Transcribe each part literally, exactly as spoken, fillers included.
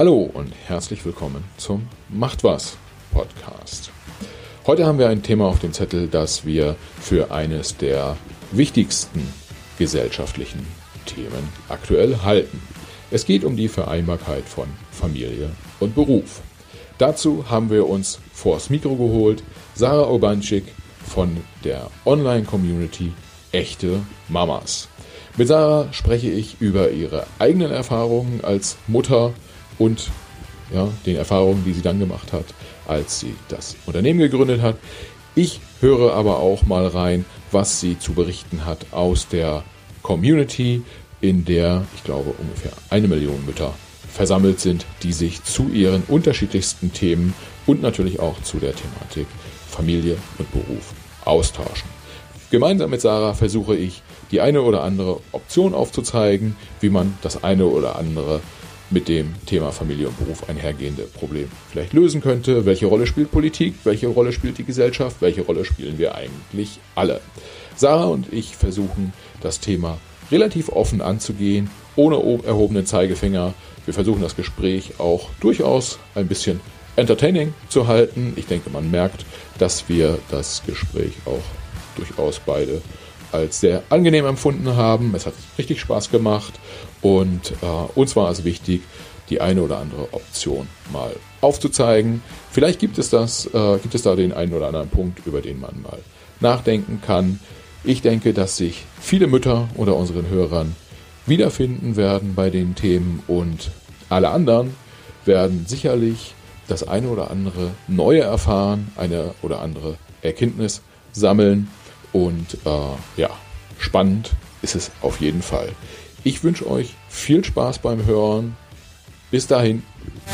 Hallo und herzlich willkommen zum Macht was Podcast. Heute haben wir ein Thema auf dem Zettel, das wir für eines der wichtigsten gesellschaftlichen Themen aktuell halten. Es geht um die Vereinbarkeit von Familie und Beruf. Dazu haben wir uns vors Mikro geholt Sarah Obanczyk von der Online-Community Echte Mamas. Mit Sarah spreche ich über ihre eigenen Erfahrungen als Mutter und ja, den Erfahrungen, die sie dann gemacht hat, als sie das Unternehmen gegründet hat. Ich höre aber auch mal rein, was sie zu berichten hat aus der Community, in der, ich glaube, ungefähr eine Million Mütter versammelt sind, die sich zu ihren unterschiedlichsten Themen und natürlich auch zu der Thematik Familie und Beruf austauschen. Gemeinsam mit Sarah versuche ich, die eine oder andere Option aufzuzeigen, wie man das eine oder andere mit dem Thema Familie und Beruf einhergehende Problem vielleicht lösen könnte. Welche Rolle spielt Politik? Welche Rolle spielt die Gesellschaft? Welche Rolle spielen wir eigentlich alle? Sarah und ich versuchen, das Thema relativ offen anzugehen, ohne erhobenen Zeigefinger. Wir versuchen, das Gespräch auch durchaus ein bisschen entertaining zu halten. Ich denke, man merkt, dass wir das Gespräch auch durchaus beide als sehr angenehm empfunden haben. Es hat richtig Spaß gemacht und äh, uns war es wichtig, die eine oder andere Option mal aufzuzeigen. Vielleicht gibt es das, äh, gibt es da den einen oder anderen Punkt, über den man mal nachdenken kann. Ich denke, dass sich viele Mütter unter unseren Hörern wiederfinden werden bei den Themen und alle anderen werden sicherlich das eine oder andere Neue erfahren, eine oder andere Erkenntnis sammeln. Und äh, ja, spannend ist es auf jeden Fall. Ich wünsche euch viel Spaß beim Hören. Bis dahin.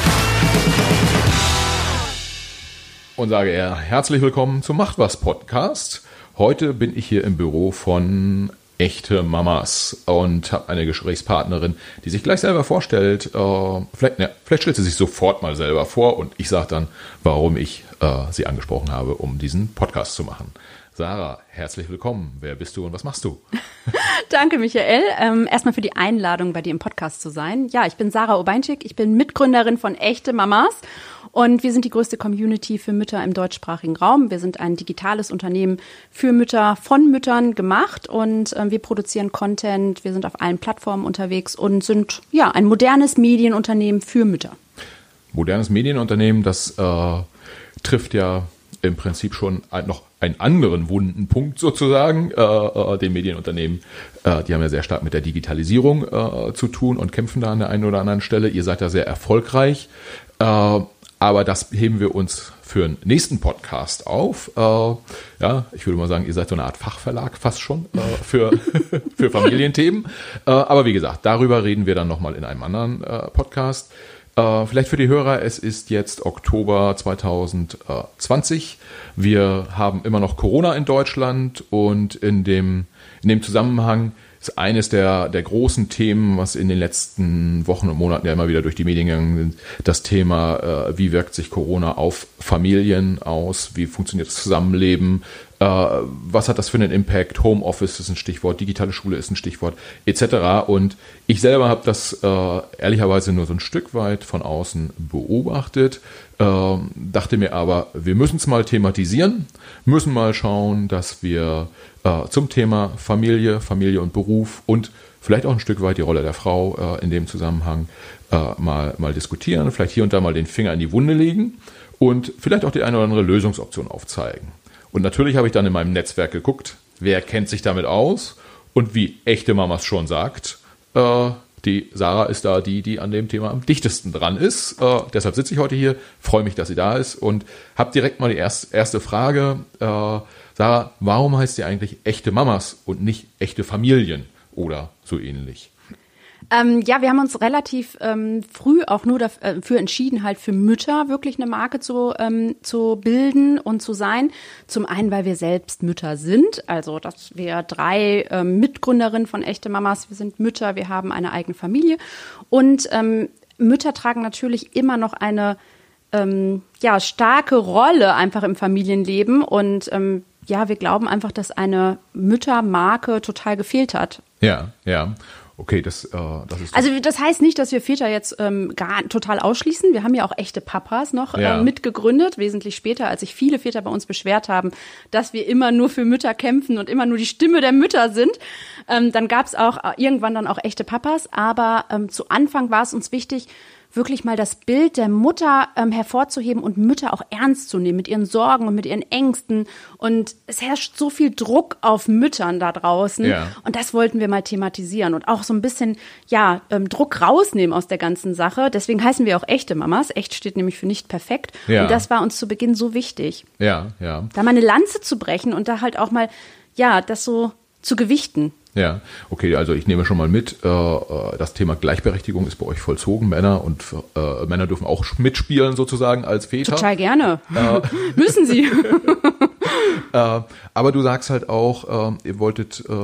Und sage er herzlich willkommen zum Macht was Podcast. Heute bin ich hier im Büro von Echte Mamas und habe eine Gesprächspartnerin, die sich gleich selber vorstellt. Äh, vielleicht, ne, vielleicht stellt sie sich sofort mal selber vor und ich sage dann, warum ich äh, sie angesprochen habe, um diesen Podcast zu machen. Sarah, herzlich willkommen. Wer bist du und was machst du? Danke, Michael. Ähm, erstmal für die Einladung, bei dir im Podcast zu sein. Ja, ich bin Sarah Obanczyk. Ich bin Mitgründerin von Echte Mamas. Und wir sind die größte Community für Mütter im deutschsprachigen Raum. Wir sind ein digitales Unternehmen für Mütter, von Müttern gemacht. Und äh, wir produzieren Content. Wir sind auf allen Plattformen unterwegs und sind ja ein modernes Medienunternehmen für Mütter. Modernes Medienunternehmen, das äh, trifft ja im Prinzip schon noch einen anderen wunden Punkt sozusagen. Äh, äh, den Medienunternehmen, äh, die haben ja sehr stark mit der Digitalisierung äh, zu tun und kämpfen da an der einen oder anderen Stelle. Ihr seid da sehr erfolgreich, äh, aber das heben wir uns für einen nächsten Podcast auf. Äh, ja, ich würde mal sagen, ihr seid so eine Art Fachverlag fast schon äh, für, für Familienthemen. Äh, aber wie gesagt, darüber reden wir dann nochmal in einem anderen äh, Podcast. Uh, vielleicht für die Hörer, es ist jetzt Oktober zwanzig zwanzig. Wir haben immer noch Corona in Deutschland und in dem, in dem Zusammenhang ist eines der, der großen Themen, was in den letzten Wochen und Monaten ja immer wieder durch die Medien gegangen ist, das Thema, uh, wie wirkt sich Corona auf Familien aus, wie funktioniert das Zusammenleben, Uh, was hat das für einen Impact? Homeoffice ist ein Stichwort, digitale Schule ist ein Stichwort, et cetera. Und ich selber habe das uh, ehrlicherweise nur so ein Stück weit von außen beobachtet, uh, dachte mir aber, wir müssen es mal thematisieren, müssen mal schauen, dass wir uh, zum Thema Familie, Familie und Beruf und vielleicht auch ein Stück weit die Rolle der Frau uh, in dem Zusammenhang uh, mal, mal diskutieren, vielleicht hier und da mal den Finger in die Wunde legen und vielleicht auch die eine oder andere Lösungsoption aufzeigen. Und natürlich habe ich dann in meinem Netzwerk geguckt, wer kennt sich damit aus und wie Echte Mamas schon sagt, äh, die Sarah ist da die, die an dem Thema am dichtesten dran ist. Äh, deshalb sitze ich heute hier, freue mich, dass sie da ist und habe direkt mal die erst, erste Frage. Äh, Sarah, warum heißt sie eigentlich Echte Mamas und nicht Echte Familien oder so ähnlich? Ähm, ja, wir haben uns relativ ähm, früh auch nur dafür entschieden, halt für Mütter wirklich eine Marke zu, ähm, zu bilden und zu sein. Zum einen, weil wir selbst Mütter sind, also dass wir drei ähm, Mitgründerinnen von Echte Mamas, wir sind Mütter, wir haben eine eigene Familie und ähm, Mütter tragen natürlich immer noch eine ähm, ja starke Rolle einfach im Familienleben und ähm, ja, wir glauben einfach, dass eine Müttermarke total gefehlt hat. Ja, ja. Okay, das, äh, das ist. Also das heißt nicht, dass wir Väter jetzt ähm, gar total ausschließen. Wir haben ja auch echte Papas noch ja. äh, mitgegründet, wesentlich später, als sich viele Väter bei uns beschwert haben, dass wir immer nur für Mütter kämpfen und immer nur die Stimme der Mütter sind. Ähm, dann gab es auch äh, irgendwann dann auch echte Papas. Aber ähm, zu Anfang war es uns wichtig, wirklich mal das Bild der Mutter ähm, hervorzuheben und Mütter auch ernst zu nehmen mit ihren Sorgen und mit ihren Ängsten. Und es herrscht so viel Druck auf Müttern da draußen. Ja. Und das wollten wir mal thematisieren und auch so ein bisschen, ja, ähm, Druck rausnehmen aus der ganzen Sache. Deswegen heißen wir auch echte Mamas. Echt steht nämlich für nicht perfekt. Ja. Und das war uns zu Beginn so wichtig. Ja, ja. Da mal eine Lanze zu brechen und da halt auch mal, ja, das so zu gewichten. Ja, okay, also ich nehme schon mal mit, äh, das Thema Gleichberechtigung ist bei euch vollzogen. Männer und äh, Männer dürfen auch mitspielen sozusagen als Väter. Total gerne. Äh, Müssen sie. äh, aber du sagst halt auch, äh, ihr wolltet, äh,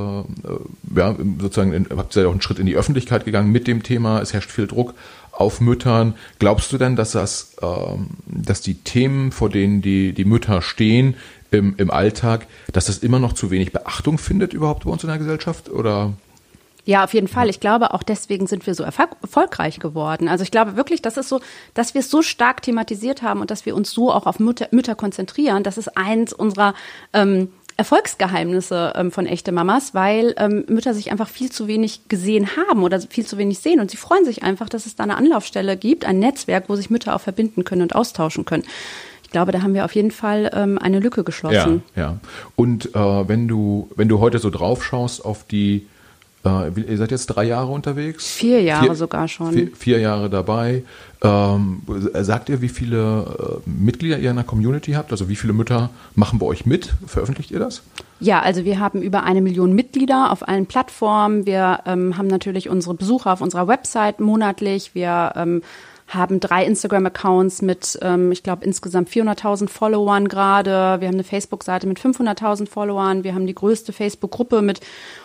ja, sozusagen, in, habt ihr auch einen Schritt in die Öffentlichkeit gegangen mit dem Thema, es herrscht viel Druck auf Müttern. Glaubst du denn, dass das, äh, dass die Themen, vor denen die, die Mütter stehen, Im, im Alltag, dass das immer noch zu wenig Beachtung findet überhaupt bei uns in der Gesellschaft? Oder? Ja, auf jeden Fall. Ich glaube, auch deswegen sind wir so erfolg- erfolgreich geworden. Also ich glaube wirklich, das ist so, dass wir es so stark thematisiert haben und dass wir uns so auch auf Mütter, Mütter konzentrieren. Das ist eins unserer ähm, Erfolgsgeheimnisse ähm, von echte Mamas, weil ähm, Mütter sich einfach viel zu wenig gesehen haben oder viel zu wenig sehen. Und sie freuen sich einfach, dass es da eine Anlaufstelle gibt, ein Netzwerk, wo sich Mütter auch verbinden können und austauschen können. Ich glaube, da haben wir auf jeden Fall ähm, eine Lücke geschlossen. Ja, ja. Und äh, wenn du, wenn du heute so drauf schaust auf die, äh, ihr seid jetzt drei Jahre unterwegs? Vier Jahre vier, sogar schon. Vier, vier Jahre dabei. Ähm, sagt ihr, wie viele äh, Mitglieder ihr in der Community habt? Also wie viele Mütter machen bei euch mit? Veröffentlicht ihr das? Ja, also wir haben über eine Million Mitglieder auf allen Plattformen. Wir ähm, haben natürlich unsere Besucher auf unserer Website monatlich. Wir ähm, haben drei Instagram-Accounts mit, ähm, ich glaube, insgesamt vierhunderttausend Followern gerade. Wir haben eine Facebook-Seite mit fünfhunderttausend Followern. Wir haben die größte Facebook-Gruppe mit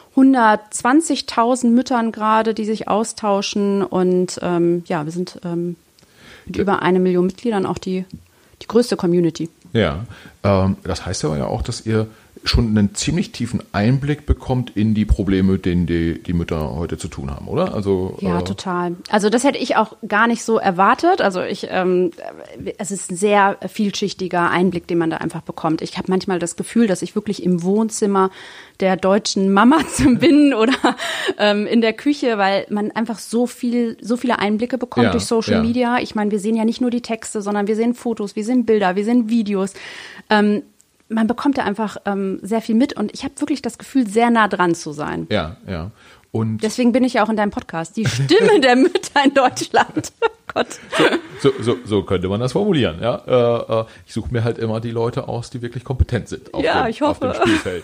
hundertzwanzigtausend Müttern gerade, die sich austauschen. Und ähm, ja, wir sind ähm, mit ja. über eine Million Mitgliedern auch die, die größte Community. Ja, ähm, das heißt aber ja auch, dass ihr schon einen ziemlich tiefen Einblick bekommt in die Probleme, mit denen die, die Mütter heute zu tun haben, oder? Also ja, äh, total. Also das hätte ich auch gar nicht so erwartet. Also ich, ähm, es ist ein sehr vielschichtiger Einblick, den man da einfach bekommt. Ich habe manchmal das Gefühl, dass ich wirklich im Wohnzimmer der deutschen Mama bin oder ähm, in der Küche, weil man einfach so viel, so viele Einblicke bekommt ja, durch Social ja. Media. Ich meine, wir sehen ja nicht nur die Texte, sondern wir sehen Fotos, wir sehen Bilder, wir sehen Videos. Ähm, man bekommt da einfach ähm, sehr viel mit und ich habe wirklich das Gefühl, sehr nah dran zu sein. Ja, ja. Und deswegen bin ich ja auch in deinem Podcast, die Stimme der Mütter in Deutschland. Gott. So, so, so könnte man das formulieren. Ja, äh, äh, ich suche mir halt immer die Leute aus, die wirklich kompetent sind auf, ja, dem, ich hoffe. auf dem Spielfeld.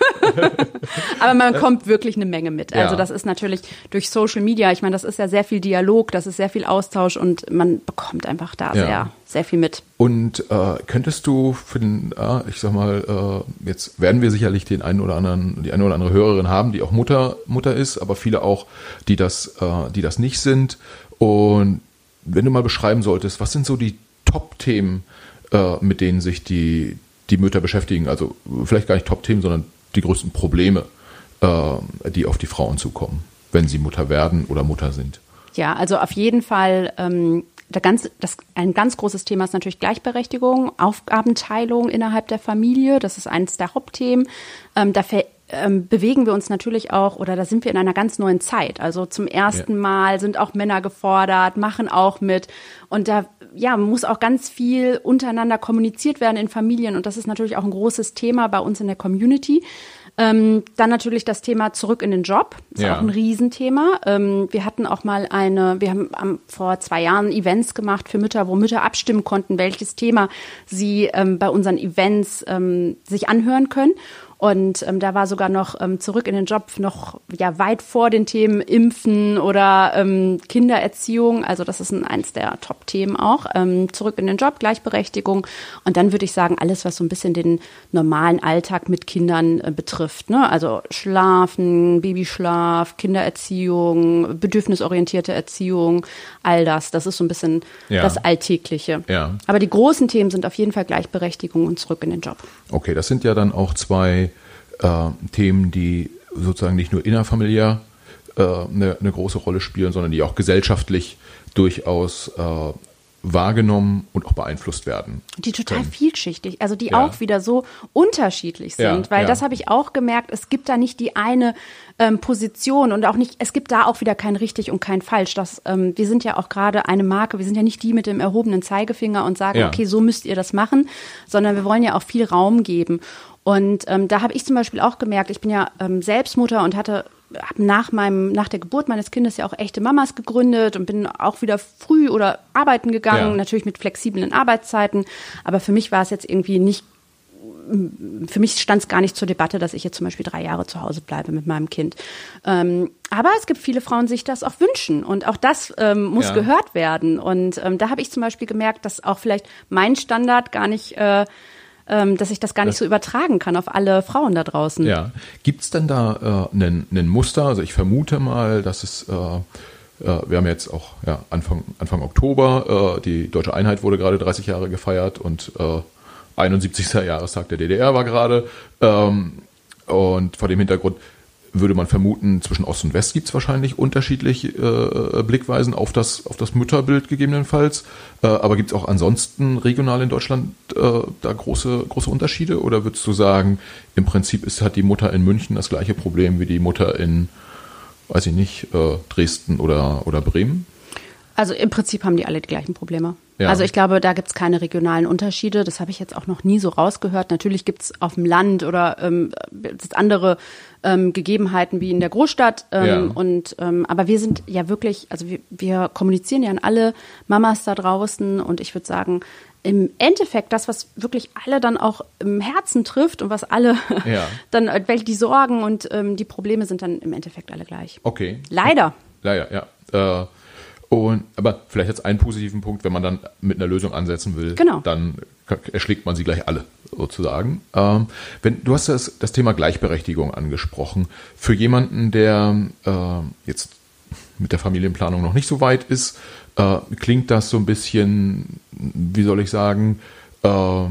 Aber man bekommt wirklich eine Menge mit. Also ja. das ist natürlich durch Social Media, ich meine, das ist ja sehr viel Dialog, das ist sehr viel Austausch und man bekommt einfach da ja. sehr, sehr viel mit. Und äh, könntest du für den, äh, ich sag mal, äh, jetzt werden wir sicherlich den einen oder anderen, die eine oder andere Hörerin haben, die auch Mutter, Mutter ist, aber viele auch, die das, äh, die das nicht sind. Und wenn du mal beschreiben solltest, was sind so die Top-Themen, äh, mit denen sich die, die Mütter beschäftigen? Also vielleicht gar nicht Top-Themen, sondern die größten Probleme, äh, die auf die Frauen zukommen, wenn sie Mutter werden oder Mutter sind. Ja, also auf jeden Fall, ähm, der ganz, das, ein ganz großes Thema ist natürlich Gleichberechtigung, Aufgabenteilung innerhalb der Familie. Das ist eines der Hauptthemen. Ähm, da ver- Ähm, bewegen wir uns natürlich auch, oder da sind wir in einer ganz neuen Zeit. Also zum ersten ja. Mal sind auch Männer gefordert, machen auch mit. Und da ja, muss auch ganz viel untereinander kommuniziert werden in Familien. Und das ist natürlich auch ein großes Thema bei uns in der Community. Ähm, dann natürlich das Thema zurück in den Job. Ist ja. auch ein Riesenthema. Ähm, wir hatten auch mal eine, wir haben um, vor zwei Jahren Events gemacht für Mütter, wo Mütter abstimmen konnten, welches Thema sie ähm, bei unseren Events ähm, sich anhören können. Und ähm, da war sogar noch ähm, zurück in den Job noch ja weit vor den Themen Impfen oder ähm, Kindererziehung. Also das ist ein, eins der Top-Themen auch. Ähm, zurück in den Job, Gleichberechtigung. Und dann würde ich sagen, alles, was so ein bisschen den normalen Alltag mit Kindern äh, betrifft. Ne? Also Schlafen, Babyschlaf, Kindererziehung, bedürfnisorientierte Erziehung, all das. Das ist so ein bisschen ja. das Alltägliche. Ja. Aber die großen Themen sind auf jeden Fall Gleichberechtigung und zurück in den Job. Okay, das sind ja dann auch zwei Äh, Themen, die sozusagen nicht nur innerfamiliär äh, eine, eine große Rolle spielen, sondern die auch gesellschaftlich durchaus äh, wahrgenommen und auch beeinflusst werden. Die total können. vielschichtig, also die Ja. auch wieder so unterschiedlich sind, Ja, weil ja. das habe ich auch gemerkt, es gibt da nicht die eine ähm, Position und auch nicht, es gibt da auch wieder kein richtig und kein falsch. Das, ähm, wir sind ja auch gerade eine Marke, wir sind ja nicht die mit dem erhobenen Zeigefinger und sagen, Ja. okay, so müsst ihr das machen, sondern wir wollen ja auch viel Raum geben. Und ähm, da habe ich zum Beispiel auch gemerkt, ich bin ja ähm, selbst Mutter und hatte habe nach meinem nach der Geburt meines Kindes ja auch echte Mamas gegründet und bin auch wieder früh oder arbeiten gegangen, Ja. natürlich mit flexiblen Arbeitszeiten. Aber für mich war es jetzt irgendwie nicht, für mich stand es gar nicht zur Debatte, dass ich jetzt zum Beispiel drei Jahre zu Hause bleibe mit meinem Kind. Ähm, aber es gibt viele Frauen, die sich das auch wünschen und auch das ähm, muss Ja. gehört werden. Und ähm, da habe ich zum Beispiel gemerkt, dass auch vielleicht mein Standard gar nicht äh, ähm, dass ich das gar nicht Das- so übertragen kann auf alle Frauen da draußen. Ja. Gibt es denn da äh, einen, einen Muster? Also ich vermute mal, dass es, äh, äh, wir haben jetzt auch ja, Anfang, Anfang Oktober, äh, die Deutsche Einheit wurde gerade dreißig Jahre gefeiert und äh, einundsiebzigster Jahrestag der D D R war gerade. Ähm, und vor dem Hintergrund würde man vermuten, zwischen Ost und West gibt es wahrscheinlich unterschiedliche äh, Blickweisen auf das, auf das Mütterbild gegebenenfalls. Äh, aber gibt es auch ansonsten regional in Deutschland äh, da große, große Unterschiede? Oder würdest du sagen, im Prinzip ist, hat die Mutter in München das gleiche Problem wie die Mutter in, weiß ich nicht, äh, Dresden oder, oder Bremen? Also im Prinzip haben die alle die gleichen Probleme. Ja. Also ich glaube, da gibt es keine regionalen Unterschiede. Das habe ich jetzt auch noch nie so rausgehört. Natürlich gibt es auf dem Land oder ähm, andere ähm, Gegebenheiten wie in der Großstadt. Ähm, Ja. und ähm, aber wir sind ja wirklich, also wir, wir kommunizieren ja an alle Mamas da draußen und ich würde sagen, im Endeffekt das, was wirklich alle dann auch im Herzen trifft und was alle Ja. dann, weil die Sorgen und ähm, die Probleme sind dann im Endeffekt alle gleich. Okay. Leider. Leider, ja. Äh, und, aber vielleicht jetzt einen positiven Punkt, wenn man dann mit einer Lösung ansetzen will, Genau. dann erschlägt man sie gleich alle, sozusagen. Ähm, wenn, du hast das, das Thema Gleichberechtigung angesprochen. Für jemanden, der äh, jetzt mit der Familienplanung noch nicht so weit ist, äh, klingt das so ein bisschen, wie soll ich sagen, äh,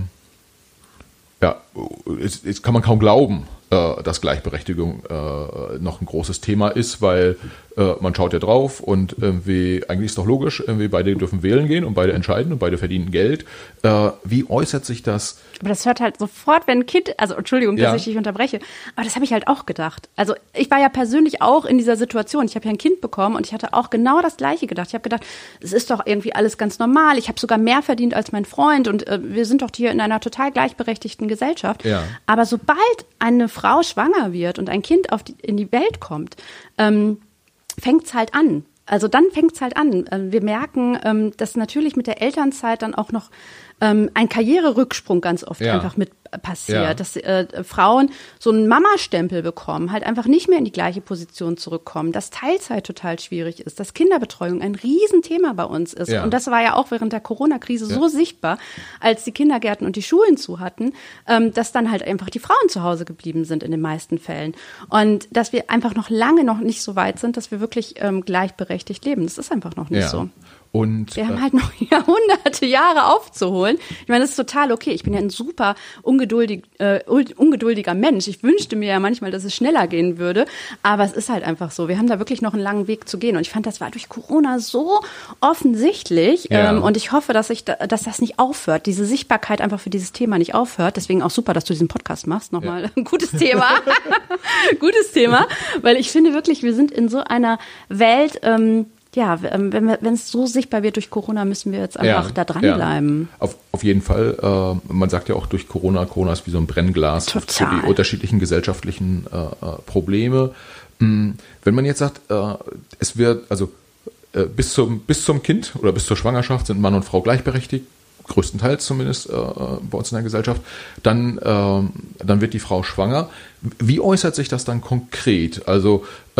ja, jetzt, jetzt kann man kaum glauben, äh, dass Gleichberechtigung äh, noch ein großes Thema ist, weil äh, man schaut ja drauf und irgendwie, eigentlich ist doch logisch, irgendwie beide dürfen wählen gehen und beide entscheiden und beide verdienen Geld. Äh, wie äußert sich das? Aber das hört halt sofort, wenn ein Kind, also Entschuldigung, dass Ja. ich dich unterbreche, aber das habe ich halt auch gedacht. Also ich war ja persönlich auch in dieser Situation. Ich habe ja ein Kind bekommen und ich hatte auch genau das Gleiche gedacht. Ich habe gedacht, es ist doch irgendwie alles ganz normal. Ich habe sogar mehr verdient als mein Freund und äh, wir sind doch hier in einer total gleichberechtigten Gesellschaft. Ja. Aber sobald eine Frau schwanger wird und ein Kind auf die, in die Welt kommt, ähm, fängt's halt an. Also dann fängt's halt an. Ähm, Wir merken, ähm, dass natürlich mit der Elternzeit dann auch noch ähm, ein Karriererücksprung ganz oft Ja. einfach mit passiert, Ja. dass äh, Frauen so einen Mama-Stempel bekommen, halt einfach nicht mehr in die gleiche Position zurückkommen, dass Teilzeit total schwierig ist, dass Kinderbetreuung ein Riesenthema bei uns ist. Ja. Und das war ja auch während der Corona-Krise Ja. so sichtbar, als die Kindergärten und die Schulen zu hatten, ähm, dass dann halt einfach die Frauen zu Hause geblieben sind in den meisten Fällen. Und dass wir einfach noch lange noch nicht so weit sind, dass wir wirklich ähm, gleichberechtigt leben. Das ist einfach noch nicht Ja. so. Und Wir haben äh, halt noch Jahrhunderte, Jahre aufzuholen. Ich meine, das ist total okay. Ich bin ja ein super ungeduldig, äh, ungeduldiger Mensch. Ich wünschte mir ja manchmal, dass es schneller gehen würde. Aber es ist halt einfach so. Wir haben da wirklich noch einen langen Weg zu gehen. Und ich fand, das war durch Corona so offensichtlich. Ja. Ähm, und ich hoffe, dass, ich da, dass das nicht aufhört. Diese Sichtbarkeit einfach für dieses Thema nicht aufhört. Deswegen auch super, dass du diesen Podcast machst. Nochmal Ja. ein gutes Thema. Gutes Thema. Weil ich finde wirklich, wir sind in so einer Welt, ähm, ja, wenn wir, wenn es so sichtbar wird durch Corona, müssen wir jetzt einfach da dranbleiben. Ja. Auf, auf jeden Fall. Äh, man sagt ja auch durch Corona, Corona ist wie so ein Brennglas für Total. die unterschiedlichen gesellschaftlichen äh, äh, Probleme. Hm, wenn man jetzt sagt, äh, es wird, also äh, bis zum, bis zum Kind oder bis zur Schwangerschaft sind Mann und Frau gleichberechtigt, größtenteils zumindest äh, bei uns in der Gesellschaft, dann, äh, dann wird die Frau schwanger. Wie äußert sich das dann konkret? Also äh,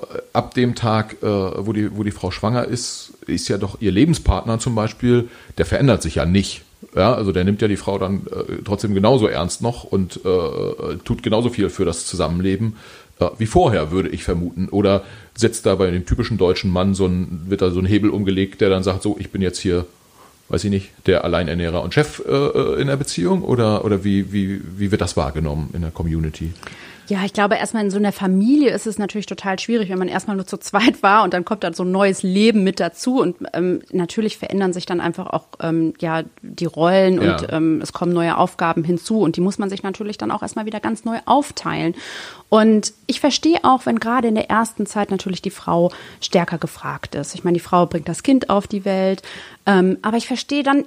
ab dem Tag, äh, wo, die, wo die Frau schwanger ist, ist ja doch ihr Lebenspartner zum Beispiel, der verändert sich ja nicht. Ja, also der nimmt ja die Frau dann äh, trotzdem genauso ernst noch und äh, tut genauso viel für das Zusammenleben äh, wie vorher, würde ich vermuten. Oder setzt da bei dem typischen deutschen Mann so ein, wird da so ein Hebel umgelegt, der dann sagt, so, ich bin jetzt hier, weiß ich nicht, der Alleinernährer und Chef äh, in der Beziehung? Oder, oder wie, wie, wie wird das wahrgenommen in der Community? Ja, ich glaube, erstmal in so einer Familie ist es natürlich total schwierig, wenn man erstmal nur zu zweit war und dann kommt dann so ein neues Leben mit dazu und ähm, natürlich verändern sich dann einfach auch ähm, ja die Rollen und ja. ähm, es kommen neue Aufgaben hinzu und die muss man sich natürlich dann auch erstmal wieder ganz neu aufteilen. Und ich verstehe auch, wenn gerade in der ersten Zeit natürlich die Frau stärker gefragt ist. Ich meine, die Frau bringt das Kind auf die Welt, ähm, aber ich verstehe dann,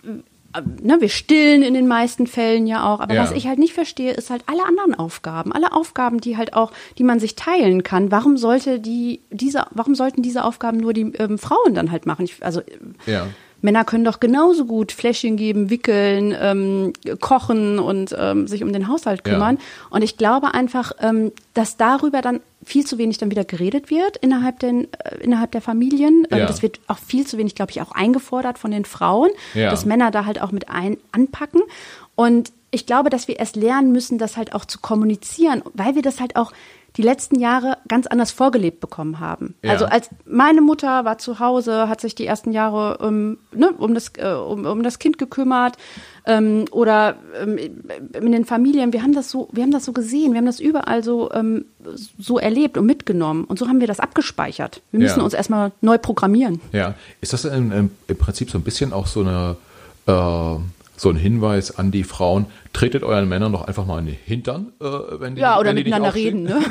Ne, wir stillen in den meisten Fällen ja auch, aber ja. was ich halt nicht verstehe, ist halt alle anderen Aufgaben, alle Aufgaben, die halt auch, die man sich teilen kann. Warum sollte die diese, warum sollten diese Aufgaben nur die ähm, Frauen dann halt machen? Ich, also ja. Männer können doch genauso gut Fläschchen geben, wickeln, ähm, kochen und ähm, sich um den Haushalt kümmern. Ja. Und ich glaube einfach, ähm, dass darüber dann viel zu wenig dann wieder geredet wird innerhalb, den, äh, innerhalb der Familien. Ähm, ja. Das wird auch viel zu wenig, glaube ich, auch eingefordert von den Frauen, ja. dass Männer da halt auch mit ein, anpacken. Und ich glaube, dass wir erst lernen müssen, das halt auch zu kommunizieren, weil wir das halt auch die letzten Jahre ganz anders vorgelebt bekommen haben. Ja. Also als meine Mutter war zu Hause, hat sich die ersten Jahre ähm, ne, um, das, äh, um, um das Kind gekümmert ähm, oder ähm, in den Familien. Wir haben das so, wir haben das so gesehen, wir haben das überall so, ähm, so erlebt und mitgenommen. Und so haben wir das abgespeichert. Wir müssen ja. uns erstmal neu programmieren. Ja, ist das im, im, im Prinzip so ein bisschen auch so eine äh, so ein Hinweis an die Frauen, tretet euren Männern doch einfach mal in den Hintern, äh, wenn die Ja, oder wenn die miteinander reden. Ne?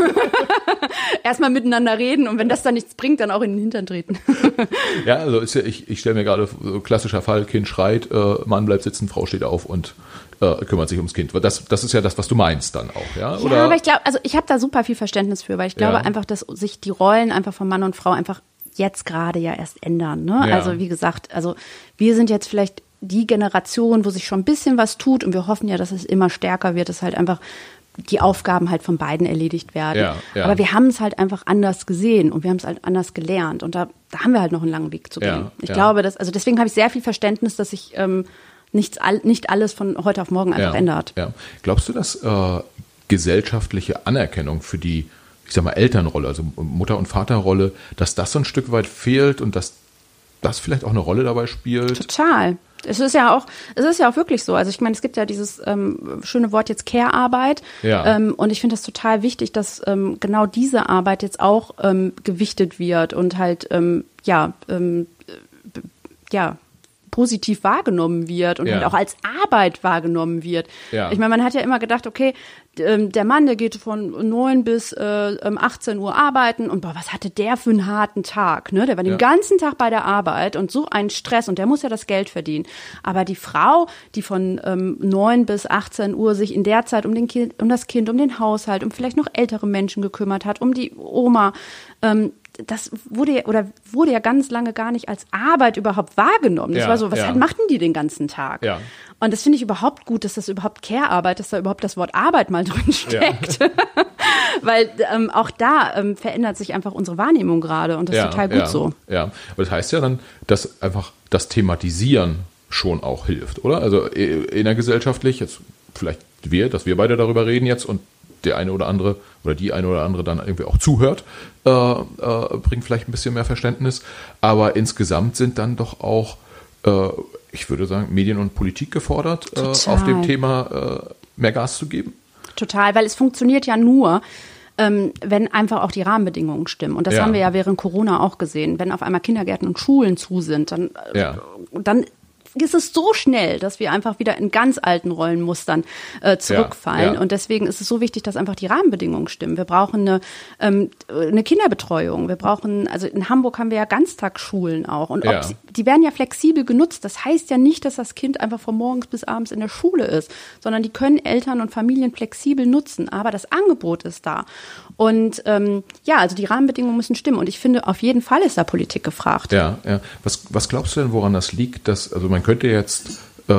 Erstmal miteinander reden und wenn das dann nichts bringt, dann auch in den Hintern treten. Ja, also ist ja, ich, ich stelle mir gerade so klassischer Fall, Kind schreit, äh, Mann bleibt sitzen, Frau steht auf und äh, kümmert sich ums Kind. Das, das ist ja das, was du meinst dann auch, ja? Oder? Ja, aber ich glaube, also ich habe da super viel Verständnis für, weil ich glaube ja. einfach, dass sich die Rollen einfach von Mann und Frau einfach jetzt gerade ja erst ändern. Ne? Ja. Also wie gesagt, also wir sind jetzt vielleicht die Generation, wo sich schon ein bisschen was tut und wir hoffen ja, dass es immer stärker wird, dass halt einfach die Aufgaben halt von beiden erledigt werden. Ja, ja. Aber wir haben es halt einfach anders gesehen und wir haben es halt anders gelernt und da, da haben wir halt noch einen langen Weg zu gehen. Ja, ich ja. glaube, dass, also deswegen habe ich sehr viel Verständnis, dass sich ähm, nichts, nicht alles von heute auf morgen einfach ja, ändert. Ja. Glaubst du, dass äh, gesellschaftliche Anerkennung für die, ich sag mal, Elternrolle, also Mutter- und Vaterrolle, dass das so ein Stück weit fehlt und dass das vielleicht auch eine Rolle dabei spielt? Total. Es ist ja auch, es ist ja auch wirklich so. Also ich meine, es gibt ja dieses ähm, schöne Wort jetzt Care-Arbeit. Ja. Ähm, und ich finde das total wichtig, dass ähm, genau diese Arbeit jetzt auch ähm, gewichtet wird und halt ähm, ja, ähm, b- ja, positiv wahrgenommen wird und Ja. halt auch als Arbeit wahrgenommen wird. Ja. Ich meine, man hat ja immer gedacht, okay, ähm, der Mann, der geht von neun bis äh, achtzehn Uhr arbeiten und boah, was hatte der für einen harten Tag, ne? Der war den Ja. ganzen Tag bei der Arbeit und so ein Stress und der muss ja das Geld verdienen. Aber die Frau, die von ähm, neun bis achtzehn Uhr sich in der Zeit um den Kind, um das Kind, um den Haushalt, um vielleicht noch ältere Menschen gekümmert hat, um die Oma, ähm, das wurde ja, oder wurde ja ganz lange gar nicht als Arbeit überhaupt wahrgenommen. Das Ja, war so, was ja. machten die den ganzen Tag? Ja. Und das finde ich überhaupt gut, dass das überhaupt Care-Arbeit, dass da überhaupt das Wort Arbeit mal drin steckt. Ja. Weil ähm, auch da ähm, verändert sich einfach unsere Wahrnehmung gerade und das ja, ist total gut ja, so. Ja, aber das heißt ja dann, dass einfach das Thematisieren schon auch hilft, oder? Also innergesellschaftlich, jetzt vielleicht wir, dass wir beide darüber reden jetzt und der eine oder andere oder die eine oder andere dann irgendwie auch zuhört, äh, äh, bringt vielleicht ein bisschen mehr Verständnis. Aber insgesamt sind dann doch auch, äh, ich würde sagen, Medien und Politik gefordert, äh, auf dem Thema äh, mehr Gas zu geben. Total, weil es funktioniert ja nur, ähm, wenn einfach auch die Rahmenbedingungen stimmen. Und das Ja. haben wir ja während Corona auch gesehen. Wenn auf einmal Kindergärten und Schulen zu sind, dann, äh, Ja. dann ist es so schnell, dass wir einfach wieder in ganz alten Rollenmustern äh, zurückfallen. Ja, ja. Und deswegen ist es so wichtig, dass einfach die Rahmenbedingungen stimmen. Wir brauchen eine, ähm, eine Kinderbetreuung. Wir brauchen, also in Hamburg haben wir ja Ganztagsschulen auch. Und ob Ja. sie, die werden ja flexibel genutzt. Das heißt ja nicht, dass das Kind einfach von morgens bis abends in der Schule ist, sondern die können Eltern und Familien flexibel nutzen. Aber das Angebot ist da. Und ähm, ja, also die Rahmenbedingungen müssen stimmen. Und ich finde, auf jeden Fall ist da Politik gefragt. Ja, ja. Was, was glaubst du denn, woran das liegt, dass, also man könnte jetzt, äh,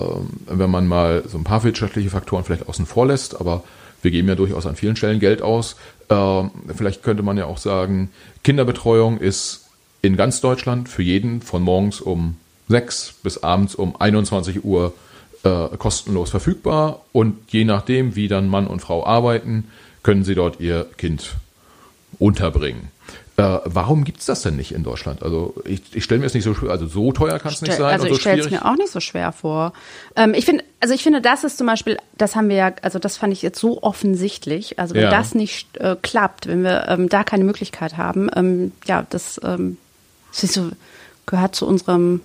wenn man mal so ein paar wirtschaftliche Faktoren vielleicht außen vor lässt, aber wir geben ja durchaus an vielen Stellen Geld aus, äh, vielleicht könnte man ja auch sagen, Kinderbetreuung ist in ganz Deutschland für jeden von morgens um sechs bis abends um einundzwanzig Uhr äh, kostenlos verfügbar und je nachdem, wie dann Mann und Frau arbeiten, können sie dort ihr Kind unterbringen. Äh, warum gibt's das denn nicht in Deutschland? Also ich, ich stelle mir es nicht so schwer, also so teuer kann es nicht sein. Also und so ich stelle es mir auch nicht so schwer vor. Ähm, ich finde, also ich finde, das ist zum Beispiel, das haben wir ja, also das fand ich jetzt so offensichtlich. Also wenn Ja. das nicht äh, klappt, wenn wir ähm, da keine Möglichkeit haben, ähm, ja, das, ähm, das ist so, gehört zu unserem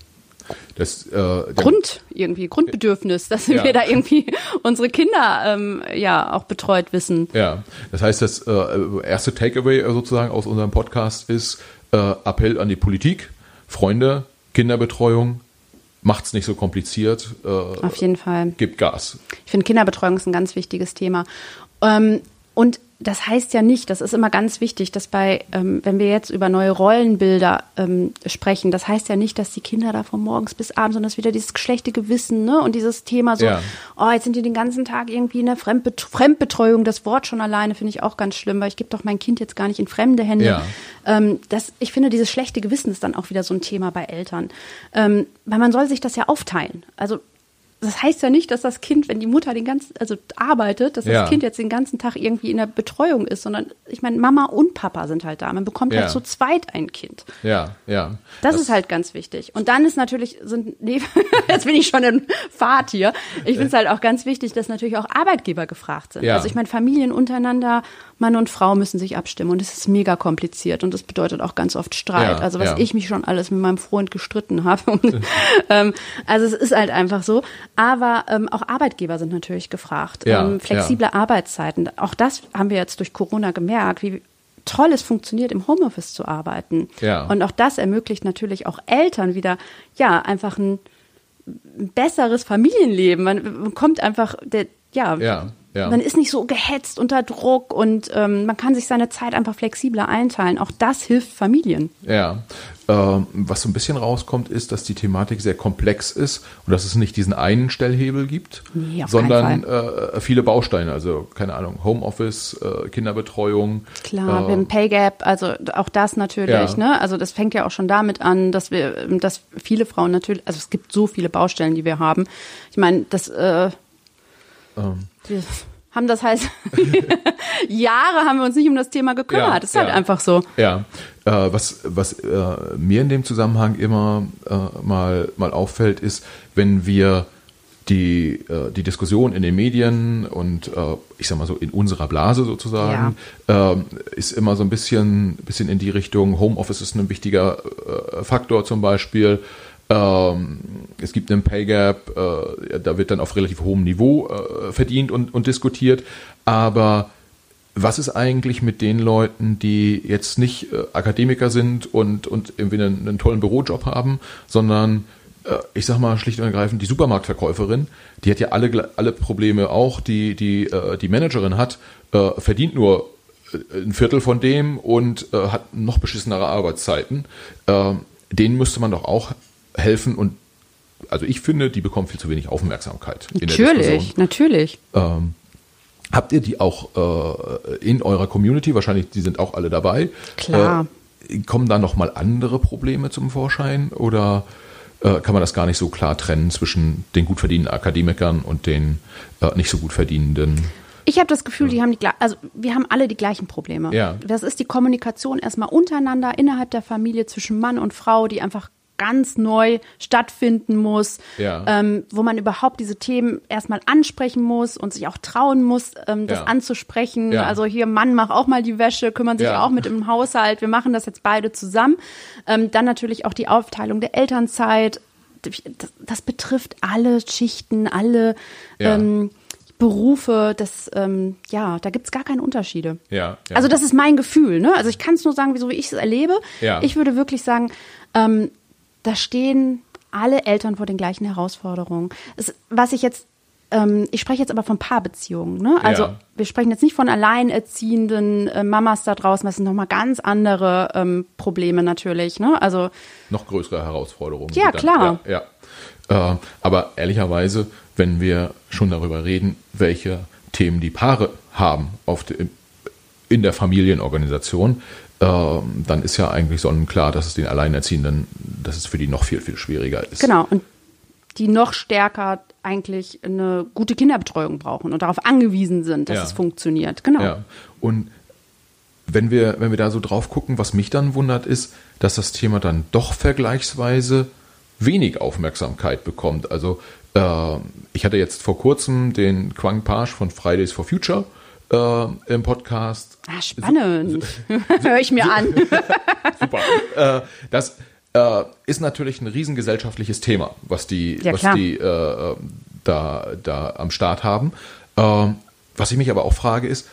Das, äh, der, Grund irgendwie, Grundbedürfnis, dass Ja. wir da irgendwie unsere Kinder ähm, ja auch betreut wissen. Ja, das heißt, das äh, erste Takeaway sozusagen aus unserem Podcast ist äh, Appell an die Politik, Freunde, Kinderbetreuung, macht's nicht so kompliziert, äh, Auf jeden Fall. gibt Gas. Ich finde, Kinderbetreuung ist ein ganz wichtiges Thema. Ähm, und das heißt ja nicht, das ist immer ganz wichtig, dass bei, ähm, wenn wir jetzt über neue Rollenbilder ähm, sprechen, das heißt ja nicht, dass die Kinder da von morgens bis abends, sondern das ist wieder dieses schlechte Gewissen, ne? Und dieses Thema so, Ja. oh, jetzt sind die den ganzen Tag irgendwie in der Fremdbet- Fremdbetreuung, das Wort schon alleine finde ich auch ganz schlimm, weil ich gebe doch mein Kind jetzt gar nicht in fremde Hände. Ja. Ähm, das, ich finde, dieses schlechte Gewissen ist dann auch wieder so ein Thema bei Eltern. Ähm, weil man soll sich das ja aufteilen. Also das heißt ja nicht, dass das Kind, wenn die Mutter den ganzen, also arbeitet, dass Ja. das Kind jetzt den ganzen Tag irgendwie in der Betreuung ist, sondern ich meine, Mama und Papa sind halt da. Man bekommt Ja. halt zu zweit ein Kind. Ja, ja. Das, ist halt ganz wichtig. Und dann ist natürlich, sind, nee, jetzt bin ich schon in Fahrt hier. Ich finde es halt auch ganz wichtig, dass natürlich auch Arbeitgeber gefragt sind. Ja. Also ich meine, Familien untereinander, Mann und Frau müssen sich abstimmen und es ist mega kompliziert und das bedeutet auch ganz oft Streit. Ja, also was ja. ich mich schon alles mit meinem Freund gestritten habe. ähm, also es ist halt einfach so. Aber ähm, auch Arbeitgeber sind natürlich gefragt. Ja, ähm, flexible Arbeitszeiten. Auch das haben wir jetzt durch Corona gemerkt, wie toll es funktioniert, im Homeoffice zu arbeiten. Ja. Und auch das ermöglicht natürlich auch Eltern wieder, ja, einfach ein besseres Familienleben. Man, man kommt einfach, der, ja, Ja, ja. man ist nicht so gehetzt unter Druck und ähm, man kann sich seine Zeit einfach flexibler einteilen. Auch das hilft Familien. Ja, ähm, was so ein bisschen rauskommt, ist, dass die Thematik sehr komplex ist und dass es nicht diesen einen Stellhebel gibt, Nee, auf sondern keinen äh, viele Bausteine, also keine Ahnung, Homeoffice, äh, Kinderbetreuung. Klar, äh, wir haben Pay Gap, also auch das natürlich, Ja. ne? Also das fängt ja auch schon damit an, dass wir, dass viele Frauen natürlich, also es gibt so viele Baustellen, die wir haben. Ich meine, das äh, ähm, wir haben das heißt, Jahre haben wir uns nicht um das Thema gekümmert. Ja, das ist halt ja. einfach so. Ja, äh, was, was äh, mir in dem Zusammenhang immer äh, mal, mal auffällt, ist, wenn wir die, äh, die Diskussion in den Medien und äh, ich sag mal so in unserer Blase sozusagen, äh, ist immer so ein bisschen, bisschen in die Richtung, Homeoffice ist ein wichtiger äh, Faktor zum Beispiel. Ähm, es gibt einen Pay Gap, äh, da wird dann auf relativ hohem Niveau äh, verdient und, und diskutiert, aber was ist eigentlich mit den Leuten, die jetzt nicht äh, Akademiker sind und, und irgendwie einen, einen tollen Bürojob haben, sondern äh, ich sag mal schlicht und ergreifend die Supermarktverkäuferin, die hat ja alle, alle Probleme auch, die die, äh, die Managerin hat, äh, verdient nur äh, ein Viertel von dem und äh, hat noch beschissenere Arbeitszeiten. Äh, denen müsste man doch auch helfen und also ich finde, die bekommen viel zu wenig Aufmerksamkeit in der Diskussion. Natürlich, natürlich. Ähm, habt ihr die auch äh, in eurer Community? Wahrscheinlich, die sind auch alle dabei. Klar. Äh, kommen da nochmal andere Probleme zum Vorschein oder äh, kann man das gar nicht so klar trennen zwischen den gut verdienenden Akademikern und den äh, nicht so gut verdienenden? Ich habe das Gefühl, die haben die, gle- also wir haben alle die gleichen Probleme. Ja. Das ist die Kommunikation erstmal untereinander, innerhalb der Familie, zwischen Mann und Frau, die einfach ganz neu stattfinden muss, Ja. ähm, wo man überhaupt diese Themen erstmal ansprechen muss und sich auch trauen muss, ähm, das Ja. anzusprechen. Ja. Also hier, Mann, mach auch mal die Wäsche, kümmern sich Ja. auch mit im Haushalt. Wir machen das jetzt beide zusammen. Ähm, dann natürlich auch die Aufteilung der Elternzeit. Das, das betrifft alle Schichten, alle Ja. ähm, Berufe. Das, ähm, ja, da gibt's gar keine Unterschiede. Ja, ja. Also das ist mein Gefühl. Ne? Also ich kann es nur sagen, so wie ich es erlebe. Ja. Ich würde wirklich sagen, ähm, da stehen alle Eltern vor den gleichen Herausforderungen. Es, was ich jetzt, ähm, ich spreche jetzt aber von Paarbeziehungen. Ne? Also Ja. wir sprechen jetzt nicht von alleinerziehenden äh, Mamas da draußen. Das sind nochmal ganz andere ähm, Probleme natürlich. Ne? Also Noch größere Herausforderungen. Ja, die dann- klar. Ja, ja. Äh, aber ehrlicherweise, wenn wir schon darüber reden, welche Themen die Paare haben auf de, in der Familienorganisation, ähm, dann ist ja eigentlich sonnenklar, dass es den Alleinerziehenden, dass es für die noch viel, viel schwieriger ist. genau. Und die noch stärker eigentlich eine gute Kinderbetreuung brauchen und darauf angewiesen sind, dass Ja. es funktioniert. Genau. Ja. Und wenn wir, wenn wir da so drauf gucken, was mich dann wundert, ist, dass das Thema dann doch vergleichsweise wenig Aufmerksamkeit bekommt. Also äh, ich hatte jetzt vor kurzem den Quang Page von Fridays for Future äh, im Podcast. Ah, spannend. So, so, Hör ich mir so, an. Super. Äh, das äh, ist natürlich ein riesengesellschaftliches Thema, was die, ja, was die äh, da, da am Start haben. Äh, was ich mich aber auch frage ist,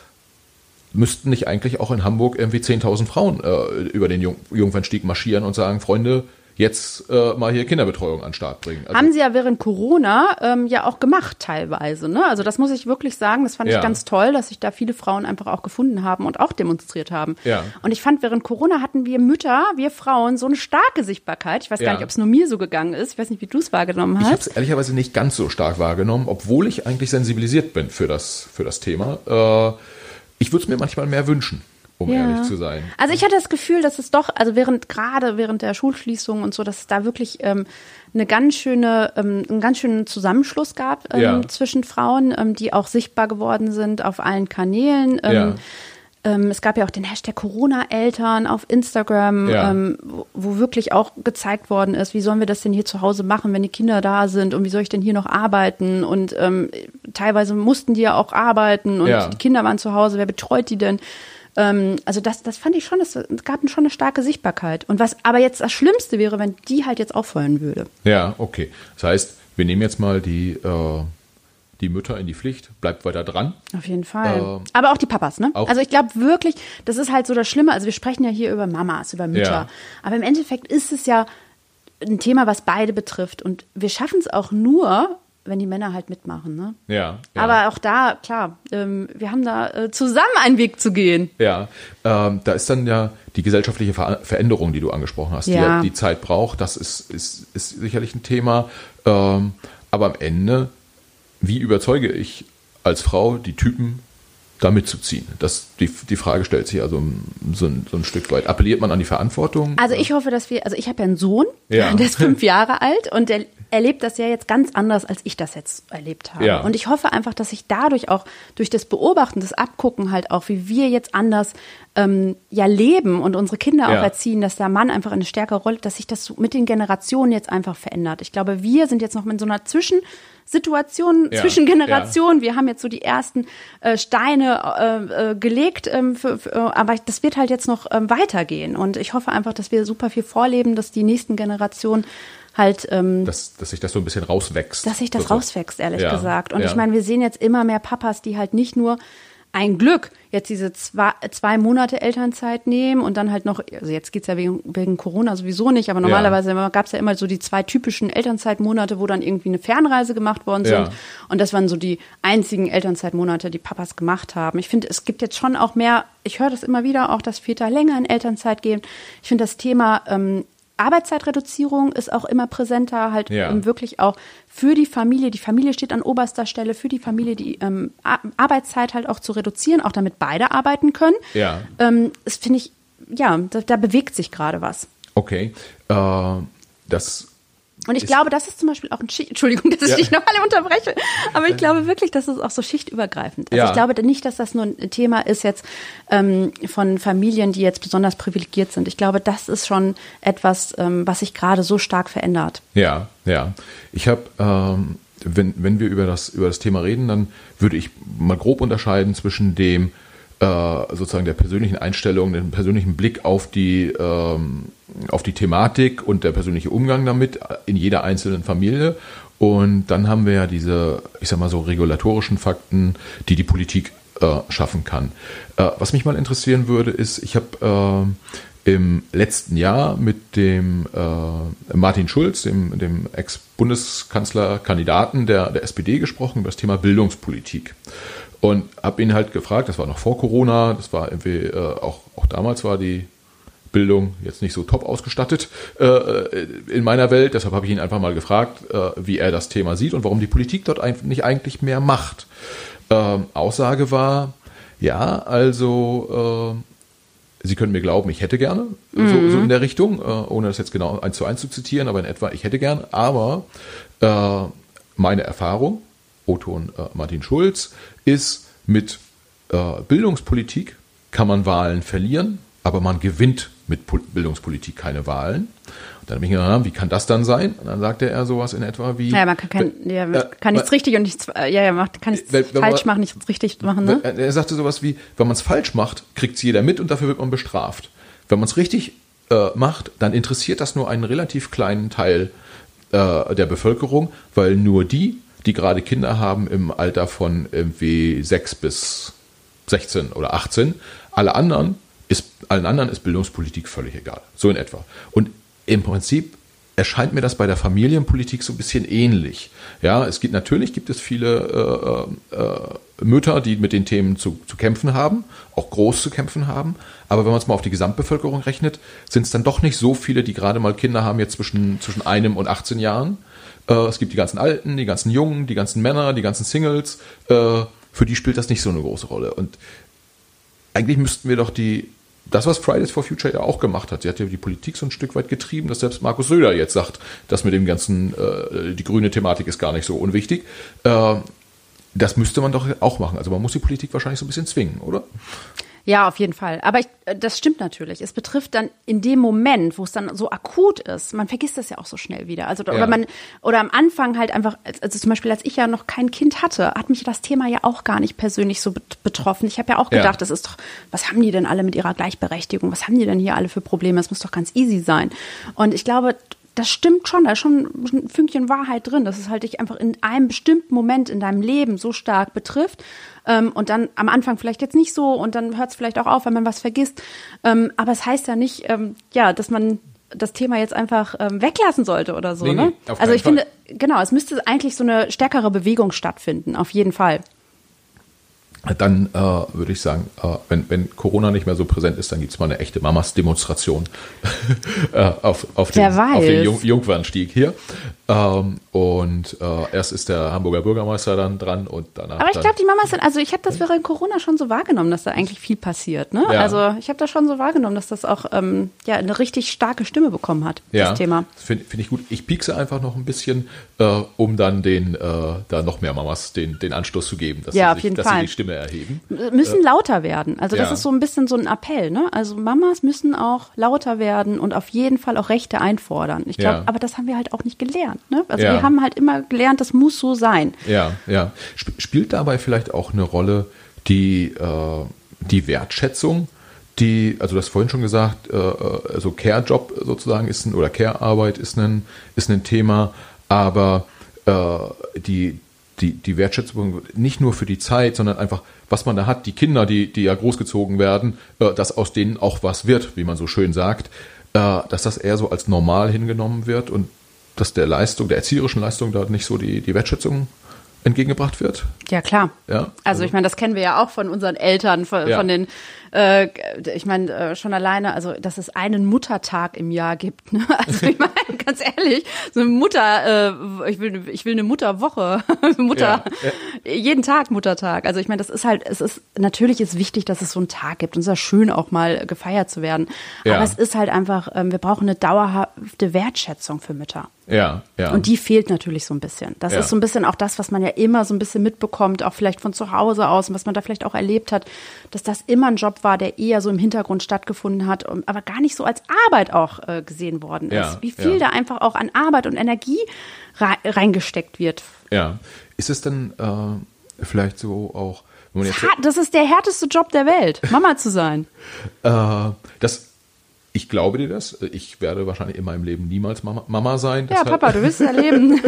müssten nicht eigentlich auch in Hamburg irgendwie zehntausend Frauen äh, über den Jung- Jungfernstieg marschieren und sagen, Freunde, jetzt äh, mal hier Kinderbetreuung an den Start bringen. Also, haben sie ja während Corona ähm, ja auch gemacht teilweise. Ne? Also das muss ich wirklich sagen, das fand ja. ich ganz toll, dass sich da viele Frauen einfach auch gefunden haben und auch demonstriert haben. Ja. Und ich fand, während Corona hatten wir Mütter, wir Frauen, so eine starke Sichtbarkeit. Ich weiß ja. gar nicht, ob es nur mir so gegangen ist. Ich weiß nicht, wie du es wahrgenommen hast. Ich habe es ehrlicherweise nicht ganz so stark wahrgenommen, obwohl ich eigentlich sensibilisiert bin für das, für das Thema. Äh, ich würde es mir manchmal mehr wünschen. Um ja. ehrlich zu sein. Also ich hatte das Gefühl, dass es doch, also während gerade während der Schulschließung und so, dass es da wirklich ähm, eine ganz schöne, ähm, einen ganz schönen Zusammenschluss gab ähm, ja. zwischen Frauen, ähm, die auch sichtbar geworden sind auf allen Kanälen. Ähm, ja. ähm, es gab ja auch den Hashtag Corona-Eltern auf Instagram, ja. ähm, wo, wo wirklich auch gezeigt worden ist, wie sollen wir das denn hier zu Hause machen, wenn die Kinder da sind und wie soll ich denn hier noch arbeiten? Und ähm, teilweise mussten die ja auch arbeiten und ja. die Kinder waren zu Hause, wer betreut die denn? Also das, das fand ich schon, es gab schon eine starke Sichtbarkeit. Und was aber jetzt das Schlimmste wäre, wenn die halt jetzt aufhören würde. Ja, okay. Das heißt, wir nehmen jetzt mal die, äh, die Mütter in die Pflicht, bleibt weiter dran. Auf jeden Fall. Äh, aber auch die Papas, ne? Auch. Also ich glaube wirklich, das ist halt so das Schlimme. Also wir sprechen ja hier über Mamas, über Mütter. Ja. Aber im Endeffekt ist es ja ein Thema, was beide betrifft. Und wir schaffen es auch nur, wenn die Männer halt mitmachen, ne? Ja, ja. Aber auch da, klar, ähm, wir haben da äh, zusammen einen Weg zu gehen. Ja, ähm, da ist dann ja die gesellschaftliche Ver- Veränderung, die du angesprochen hast, ja. die die Zeit braucht. Das ist, ist, ist sicherlich ein Thema. Ähm, aber am Ende, wie überzeuge ich als Frau die Typen, da mitzuziehen? Das, die, die Frage stellt sich also so ein, so ein Stück weit. Appelliert man an die Verantwortung? Also ich hoffe, dass wir, also ich habe ja einen Sohn, Ja. der ist fünf Jahre alt und der erlebt das ja jetzt ganz anders, als ich das jetzt erlebt habe. Ja. Und ich hoffe einfach, dass ich dadurch auch, durch das Beobachten, das Abgucken halt auch, wie wir jetzt anders ähm, ja leben und unsere Kinder Ja. auch erziehen, dass der Mann einfach eine stärkere Rolle, dass sich das so mit den Generationen jetzt einfach verändert. Ich glaube, wir sind jetzt noch in so einer Zwischensituation, Ja. zwischen Generationen. Wir haben jetzt so die ersten äh, Steine äh, äh, gelegt, ähm, für, für, aber das wird halt jetzt noch ähm, weitergehen. Und ich hoffe einfach, dass wir super viel vorleben, dass die nächsten Generationen halt, ähm, dass, dass sich das so ein bisschen rauswächst. dass sich das sozusagen. rauswächst, ehrlich Ja, gesagt. Und ja. ich meine, wir sehen jetzt immer mehr Papas, die halt nicht nur ein Glück jetzt diese zwei, zwei Monate Elternzeit nehmen und dann halt noch, also jetzt geht's ja wegen, wegen Corona sowieso nicht, aber normalerweise ja. gab's ja immer so die zwei typischen Elternzeitmonate, wo dann irgendwie eine Fernreise gemacht worden sind. Ja. Und das waren so die einzigen Elternzeitmonate, die Papas gemacht haben. Ich finde, es gibt jetzt schon auch mehr, ich höre das immer wieder, auch dass Väter länger in Elternzeit gehen. Ich finde das Thema ähm, Arbeitszeitreduzierung ist auch immer präsenter, halt Ja. ähm, wirklich auch für die Familie. Die Familie steht an oberster Stelle, für die Familie die ähm, Ar- Arbeitszeit halt auch zu reduzieren, auch damit beide arbeiten können. Ja. Ähm, das finde ich, ja, da, da bewegt sich gerade was. Okay. Äh, das Und ich ist- glaube, das ist zum Beispiel auch ein Schicht, Entschuldigung, dass ich Ja. dich noch alle unterbreche, aber ich glaube wirklich, dass es auch so schichtübergreifend. Also Ja. ich glaube nicht, dass das nur ein Thema ist jetzt ähm, von Familien, die jetzt besonders privilegiert sind. Ich glaube, das ist schon etwas, ähm, was sich gerade so stark verändert. Ja, ja. Ich habe, ähm, wenn, wenn wir über das, über das Thema reden, dann würde ich mal grob unterscheiden zwischen dem äh, sozusagen der persönlichen Einstellung, dem persönlichen Blick auf die, ähm, auf die Thematik und der persönliche Umgang damit in jeder einzelnen Familie. Und dann haben wir ja diese, ich sag mal so, regulatorischen Fakten, die die Politik äh, schaffen kann. Äh, was mich mal interessieren würde, ist, ich habe äh, im letzten Jahr mit dem äh, Martin Schulz, dem, dem Ex-Bundeskanzlerkandidaten der, der S P D gesprochen über das Thema Bildungspolitik. Und habe ihn halt gefragt, das war noch vor Corona, das war irgendwie, äh, auch, auch damals war die Bildung jetzt nicht so top ausgestattet äh, in meiner Welt. Deshalb habe ich ihn einfach mal gefragt, äh, wie er das Thema sieht und warum die Politik dort ein, nicht eigentlich mehr macht. Ähm, Aussage war, ja, also äh, Sie können mir glauben, ich hätte gerne, mhm. so, so in der Richtung, äh, ohne das jetzt genau eins zu eins zu zitieren, aber in etwa, ich hätte gern, aber äh, meine Erfahrung, O-Ton äh, Martin Schulz, ist mit äh, Bildungspolitik kann man Wahlen verlieren, aber man gewinnt mit Bildungspolitik keine Wahlen. Und dann bin ich gedacht, wie kann das dann sein? Und dann sagte er sowas in etwa wie... Ja, man kann, kein, ja, man äh, kann nichts äh, richtig und nichts, ja, ja, macht, kann nichts wenn, wenn falsch man, machen, nichts richtig machen. Ne? Er sagte sowas wie, wenn man es falsch macht, kriegt es jeder mit und dafür wird man bestraft. Wenn man es richtig äh, macht, dann interessiert das nur einen relativ kleinen Teil äh, der Bevölkerung, weil nur die, die gerade Kinder haben im Alter von irgendwie sechs bis sechzehn oder achtzehn, alle anderen ist, allen anderen ist Bildungspolitik völlig egal. So in etwa. Und im Prinzip erscheint mir das bei der Familienpolitik so ein bisschen ähnlich. Ja, es gibt, natürlich gibt es viele äh, äh, Mütter, die mit den Themen zu, zu kämpfen haben, auch groß zu kämpfen haben. Aber wenn man es mal auf die Gesamtbevölkerung rechnet, sind es dann doch nicht so viele, die gerade mal Kinder haben, jetzt zwischen, zwischen einem und achtzehn Jahren. Äh, es gibt die ganzen Alten, die ganzen Jungen, die ganzen Männer, die ganzen Singles. Äh, für die spielt das nicht so eine große Rolle. Und eigentlich müssten wir doch die das, was Fridays for Future ja auch gemacht hat, sie hat ja die Politik so ein Stück weit getrieben, dass selbst Markus Söder jetzt sagt, dass mit dem ganzen, äh, die grüne Thematik ist gar nicht so unwichtig. Äh, das müsste man doch auch machen. Also man muss die Politik wahrscheinlich so ein bisschen zwingen, oder? Ja, auf jeden Fall. Aber ich, das stimmt natürlich. Es betrifft dann in dem Moment, wo es dann so akut ist, man vergisst das ja auch so schnell wieder. Also oder ja. man oder am Anfang halt einfach, also zum Beispiel, als ich ja noch kein Kind hatte, hat mich das Thema ja auch gar nicht persönlich so betroffen. Ich habe ja auch gedacht, ja. das ist doch, was haben die denn alle mit ihrer Gleichberechtigung? Was haben die denn hier alle für Probleme? Das muss doch ganz easy sein. Und ich glaube, das stimmt schon, da ist schon ein Fünkchen Wahrheit drin, dass es halt dich einfach in einem bestimmten Moment in deinem Leben so stark betrifft ähm, und dann am Anfang vielleicht jetzt nicht so und dann hört es vielleicht auch auf, wenn man was vergisst. Ähm, aber es heißt ja nicht, ähm, ja, dass man das Thema jetzt einfach ähm, weglassen sollte oder so. Nee, ne? Nee, also ich Fall. finde, genau, es müsste eigentlich so eine stärkere Bewegung stattfinden, auf jeden Fall. Dann äh, würde ich sagen, äh, wenn, wenn Corona nicht mehr so präsent ist, dann gibt es mal eine echte Mamas-Demonstration äh, auf, auf dem, auf dem Jung, Jungfernstieg hier. Ähm, und äh, erst ist der Hamburger Bürgermeister dann dran und danach. Aber ich glaube, die Mamas sind, also ich habe das während Corona schon so wahrgenommen, dass da eigentlich viel passiert. Ne? Ja. Also ich habe das schon so wahrgenommen, dass das auch ähm, ja, eine richtig starke Stimme bekommen hat, ja, das Thema. Finde find ich gut. Ich piekse einfach noch ein bisschen, äh, um dann den, äh, da noch mehr Mamas den, den Anstoß zu geben, dass, ja, sie, auf sich, jeden dass Fall. sie die Stimme erheben. Müssen lauter werden. Also das ja. ist so ein bisschen so ein Appell. Ne? Also Mamas müssen auch lauter werden und auf jeden Fall auch Rechte einfordern. Ich glaube, ja. aber das haben wir halt auch nicht gelernt. Ne? Also ja. wir haben halt immer gelernt, das muss so sein. Ja, ja. Spielt dabei vielleicht auch eine Rolle die, äh, die Wertschätzung, die, also du hast vorhin schon gesagt, äh, also Care-Job sozusagen ist ein, oder Care-Arbeit ist ein, ist ein Thema, aber äh, die Die, die Wertschätzung nicht nur für die Zeit, sondern einfach, was man da hat, die Kinder, die, die ja großgezogen werden, äh, dass aus denen auch was wird, wie man so schön sagt, äh, dass das eher so als normal hingenommen wird und dass der Leistung, der erzieherischen Leistung da nicht so die, die Wertschätzung entgegengebracht wird. Ja, klar. Ja, also, also ich meine, das kennen wir ja auch von unseren Eltern, von, ja. von den, äh, ich meine, äh, schon alleine, also, dass es einen Muttertag im Jahr gibt. Ne? Also, ich meine, ganz ehrlich, so eine Mutter, äh, ich will, ich will eine Mutterwoche, Mutter, ja, ja. jeden Tag Muttertag. Also, ich meine, das ist halt, es ist, natürlich ist wichtig, dass es so einen Tag gibt und es ist ja schön, auch mal gefeiert zu werden. Ja. Aber es ist halt einfach, ähm, wir brauchen eine dauerhafte Wertschätzung für Mütter. Ja, ja. Und die fehlt natürlich so ein bisschen. Das ja. ist so ein bisschen auch das, was man ja immer so ein bisschen mitbekommt, auch vielleicht von zu Hause aus und was man da vielleicht auch erlebt hat, dass das immer ein Job war, der eher so im Hintergrund stattgefunden hat, aber gar nicht so als Arbeit auch äh, gesehen worden ist. Ja, Wie viel ja. da einfach auch an Arbeit und Energie re- reingesteckt wird. Ja. Ist es denn äh, vielleicht so auch... Wenn man jetzt das, das ist der härteste Job der Welt, Mama zu sein. äh, das Ich glaube dir das. Ich werde wahrscheinlich in meinem Leben niemals Mama, Mama sein. Ja, deshalb. Papa, du wirst es erleben.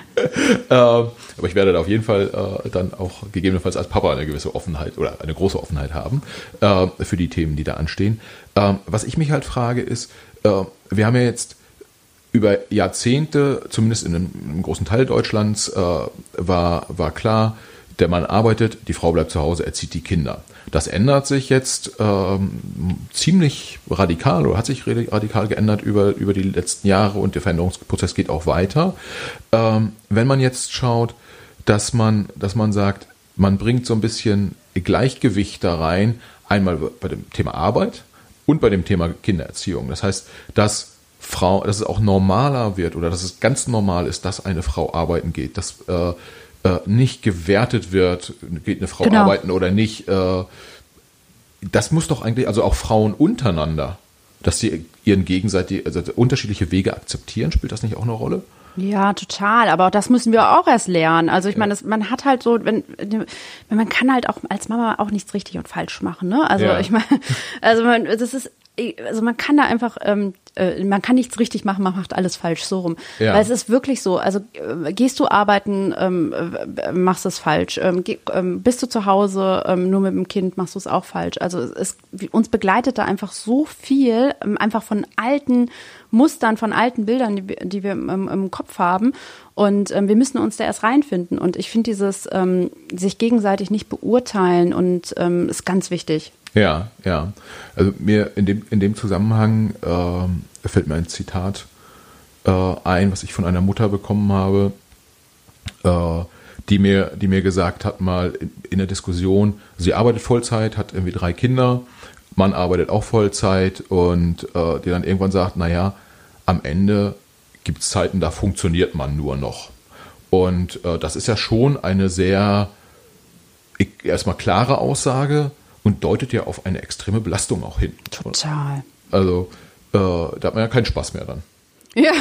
äh, aber ich werde da auf jeden Fall äh, dann auch gegebenenfalls als Papa eine gewisse Offenheit oder eine große Offenheit haben äh, für die Themen, die da anstehen. Äh, was ich mich halt frage ist, äh, wir haben ja jetzt über Jahrzehnte, zumindest in einem, in einem großen Teil Deutschlands, äh, war, war klar, der Mann arbeitet, die Frau bleibt zu Hause, erzieht die Kinder. Das ändert sich jetzt ähm, ziemlich radikal oder hat sich radikal geändert über, über die letzten Jahre und der Veränderungsprozess geht auch weiter. Ähm, wenn man jetzt schaut, dass man, dass man sagt, man bringt so ein bisschen Gleichgewicht da rein, einmal bei dem Thema Arbeit und bei dem Thema Kindererziehung. Das heißt, dass Frau, dass es auch normaler wird oder dass es ganz normal ist, dass eine Frau arbeiten geht, dass äh, äh, nicht gewertet wird, geht eine Frau genau. arbeiten oder nicht, äh, das muss doch eigentlich, also auch Frauen untereinander, dass sie ihren gegenseitig, also unterschiedliche Wege akzeptieren, spielt das nicht auch eine Rolle? Ja, total. Aber auch das müssen wir auch erst lernen. Also ich meine, das, man hat halt so, wenn, wenn man kann halt auch als Mama auch nichts richtig und falsch machen, ne? Also ja. ich meine, also man, das ist, also man kann da einfach, ähm, äh, man kann nichts richtig machen, man macht alles falsch, so rum. Ja. Weil es ist wirklich so, also äh, gehst du arbeiten, ähm, äh, machst es falsch. Ähm, geh, ähm, bist du zu Hause, ähm, nur mit dem Kind, machst du es auch falsch. Also es, uns begleitet da einfach so viel, ähm, einfach von alten Mustern, von alten Bildern, die, die wir im, im Kopf haben. Und ähm, wir müssen uns da erst reinfinden. Und ich finde dieses ähm, sich gegenseitig nicht beurteilen und ähm, ist ganz wichtig. Ja, ja. Also mir in dem, in dem Zusammenhang äh, fällt mir ein Zitat äh, ein, was ich von einer Mutter bekommen habe, äh, die mir, die mir gesagt hat, mal in, in der Diskussion, sie arbeitet Vollzeit, hat irgendwie drei Kinder, Mann arbeitet auch Vollzeit und äh, die dann irgendwann sagt, naja, am Ende gibt es Zeiten, da funktioniert man nur noch. Und äh, das ist ja schon eine sehr erstmal klare Aussage und deutet ja auf eine extreme Belastung auch hin. Total. Also äh, da hat man ja keinen Spaß mehr dann. Ja,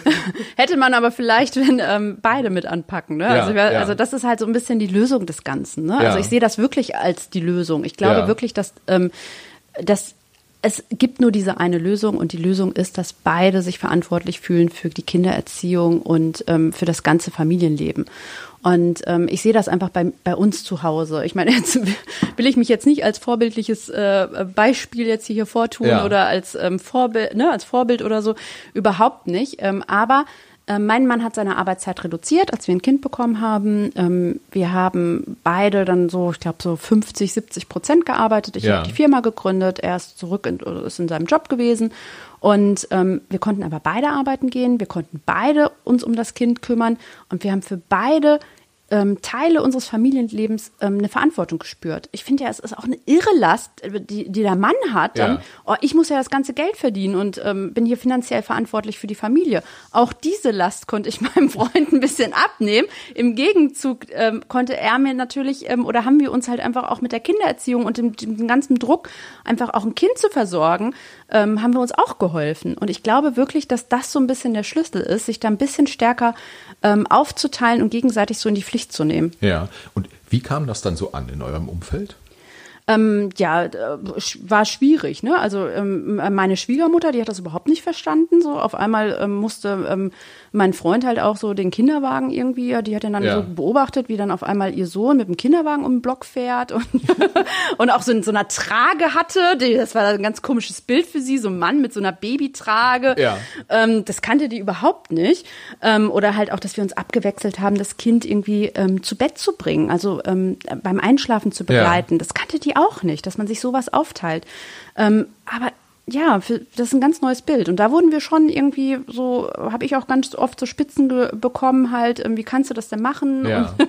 hätte man aber vielleicht, wenn ähm, beide mit anpacken. Ne? Ja, also, wir, ja. also das ist halt so ein bisschen die Lösung des Ganzen. Ne? Ja. Also ich sehe das wirklich als die Lösung. Ich glaube Ja. wirklich, dass, ähm, dass es gibt nur diese eine Lösung und die Lösung ist, dass beide sich verantwortlich fühlen für die Kindererziehung und ähm, für das ganze Familienleben. Und ähm, ich sehe das einfach bei, bei uns zu Hause. Ich meine, jetzt will ich mich jetzt nicht als vorbildliches äh, Beispiel jetzt hier vortun Ja. oder als ähm, Vorbild, ne, als Vorbild oder so, überhaupt nicht. Ähm, aber äh, mein Mann hat seine Arbeitszeit reduziert, als wir ein Kind bekommen haben. Ähm, wir haben beide dann so, ich glaube, so fünfzig, siebzig Prozent gearbeitet. Ich Ja. habe die Firma gegründet, er ist zurück in, oder ist in seinem Job gewesen. Und ähm, wir konnten aber beide arbeiten gehen, wir konnten beide uns um das Kind kümmern und wir haben für beide ähm, Teile unseres Familienlebens ähm, eine Verantwortung gespürt. Ich finde ja, es ist auch eine irre Last, die, die der Mann hat. Dann, Ja. oh, ich muss ja das ganze Geld verdienen und ähm, bin hier finanziell verantwortlich für die Familie. Auch diese Last konnte ich meinem Freund ein bisschen abnehmen. Im Gegenzug ähm, konnte er mir natürlich, ähm, oder haben wir uns halt einfach auch mit der Kindererziehung und dem, dem ganzen Druck, einfach auch ein Kind zu versorgen, ähm, haben wir uns auch geholfen. Und ich glaube wirklich, dass das so ein bisschen der Schlüssel ist, sich da ein bisschen stärker ähm, aufzuteilen und gegenseitig so in die Pflicht zu nehmen. Ja. Und wie kam das dann so an in eurem Umfeld? Ähm, ja, äh, sch- war schwierig, ne? Also ähm, meine Schwiegermutter, die hat das überhaupt nicht verstanden. So auf einmal ähm, musste ähm, mein Freund halt auch so den Kinderwagen irgendwie, ja, die hat ihn dann Ja. so beobachtet, wie dann auf einmal ihr Sohn mit dem Kinderwagen um den Block fährt und, und auch so in so einer Trage hatte. Die, das war ein ganz komisches Bild für sie, so ein Mann mit so einer Babytrage. Ja. Ähm, das kannte die überhaupt nicht. Ähm, oder halt auch, dass wir uns abgewechselt haben, das Kind irgendwie ähm, zu Bett zu bringen, also ähm, beim Einschlafen zu begleiten. Das kannte die auch nicht, dass man sich sowas aufteilt. Ähm, aber ja, für, das ist ein ganz neues Bild. Und da wurden wir schon irgendwie so, habe ich auch ganz oft so Spitzen ge- bekommen halt, ähm, wie kannst du das denn machen? Ja. Und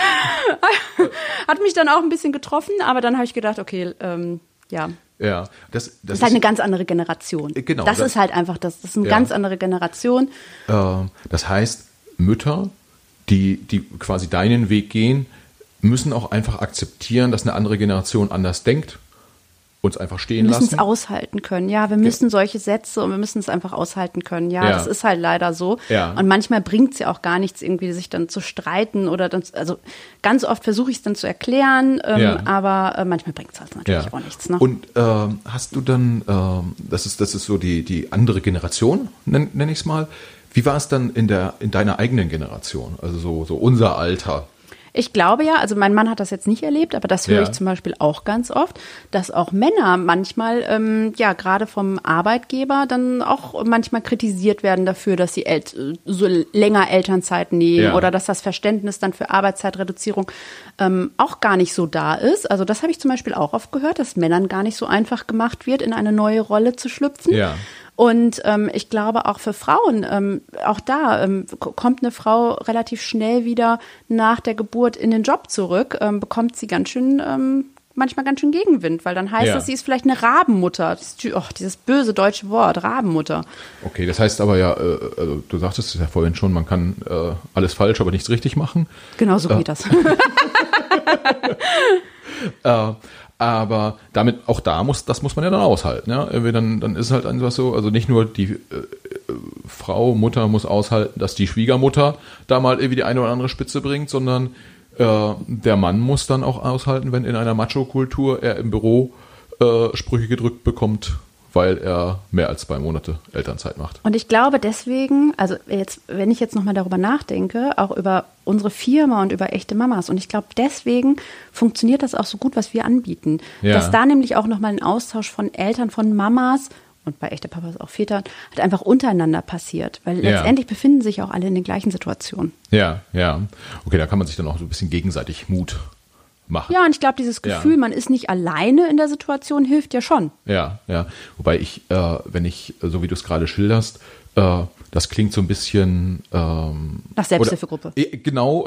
hat mich dann auch ein bisschen getroffen, aber dann habe ich gedacht, okay, ähm, ja. Ja. Das, das, Das ist halt eine ganz andere Generation. Genau, Das, das- ist halt einfach, das, das ist eine Ja. ganz andere Generation. Äh, das heißt, Mütter, die, die quasi deinen Weg gehen, müssen auch einfach akzeptieren, dass eine andere Generation anders denkt, uns einfach stehen Wir müssen lassen. es aushalten können, ja. Wir müssen solche Sätze und wir müssen es einfach aushalten können. Ja, Ja. das ist halt leider so. Ja. Und manchmal bringt es ja auch gar nichts, irgendwie sich dann zu streiten oder dann, also ganz oft versuche ich es dann zu erklären, ähm, Ja. aber äh, manchmal bringt es halt natürlich auch nichts. Ne? Und ähm, hast du dann, ähm, das ist das ist so die die andere Generation, nenne nenn ich es mal. Wie war es dann in der in deiner eigenen Generation, also so so unser Alter? Ich glaube ja, also mein Mann hat das jetzt nicht erlebt, aber das höre Ja. ich zum Beispiel auch ganz oft, dass auch Männer manchmal, ähm, ja, gerade vom Arbeitgeber dann auch manchmal kritisiert werden dafür, dass sie el- so länger Elternzeit nehmen Ja. oder dass das Verständnis dann für Arbeitszeitreduzierung ähm, auch gar nicht so da ist. Also das habe ich zum Beispiel auch oft gehört, dass Männern gar nicht so einfach gemacht wird, in eine neue Rolle zu schlüpfen. Ja. Und ähm, ich glaube auch für Frauen, ähm, auch da ähm, k- kommt eine Frau relativ schnell wieder nach der Geburt in den Job zurück, ähm, bekommt sie ganz schön, ähm, manchmal ganz schön Gegenwind, weil dann heißt Ja. es, sie ist vielleicht eine Rabenmutter. Das ist, oh, dieses böse deutsche Wort, Rabenmutter. Okay, das heißt aber ja, äh, also du sagtest es ja vorhin schon, man kann äh, alles falsch, aber nichts richtig machen. Genau so geht das. Äh, Aber damit, auch da muss, das muss man ja dann aushalten. Ja? Irgendwie dann, dann ist es halt einfach so, also nicht nur die äh, Frau, Mutter muss aushalten, dass die Schwiegermutter da mal irgendwie die eine oder andere Spitze bringt, sondern äh, der Mann muss dann auch aushalten, wenn in einer Macho-Kultur er im Büro äh, Sprüche gedrückt bekommt, weil er mehr als zwei Monate Elternzeit macht. Und ich glaube deswegen, also jetzt, wenn ich jetzt nochmal darüber nachdenke, auch über unsere Firma und über echte Mamas, und ich glaube deswegen funktioniert das auch so gut, was wir anbieten. Ja. Dass da nämlich auch nochmal ein Austausch von Eltern, von Mamas und bei echte Papas auch Vätern, halt einfach untereinander passiert. Weil Ja. letztendlich befinden sich auch alle in den gleichen Situationen. Ja, ja. Okay, da kann man sich dann auch so ein bisschen gegenseitig Mut machen. Ja, und ich glaube, dieses Gefühl, Ja. man ist nicht alleine in der Situation, hilft ja schon. Ja, ja. Wobei ich, äh, wenn ich, so wie du es gerade schilderst, äh, das klingt so ein bisschen ähm, Nach Selbsthilfegruppe. Oder, äh, genau.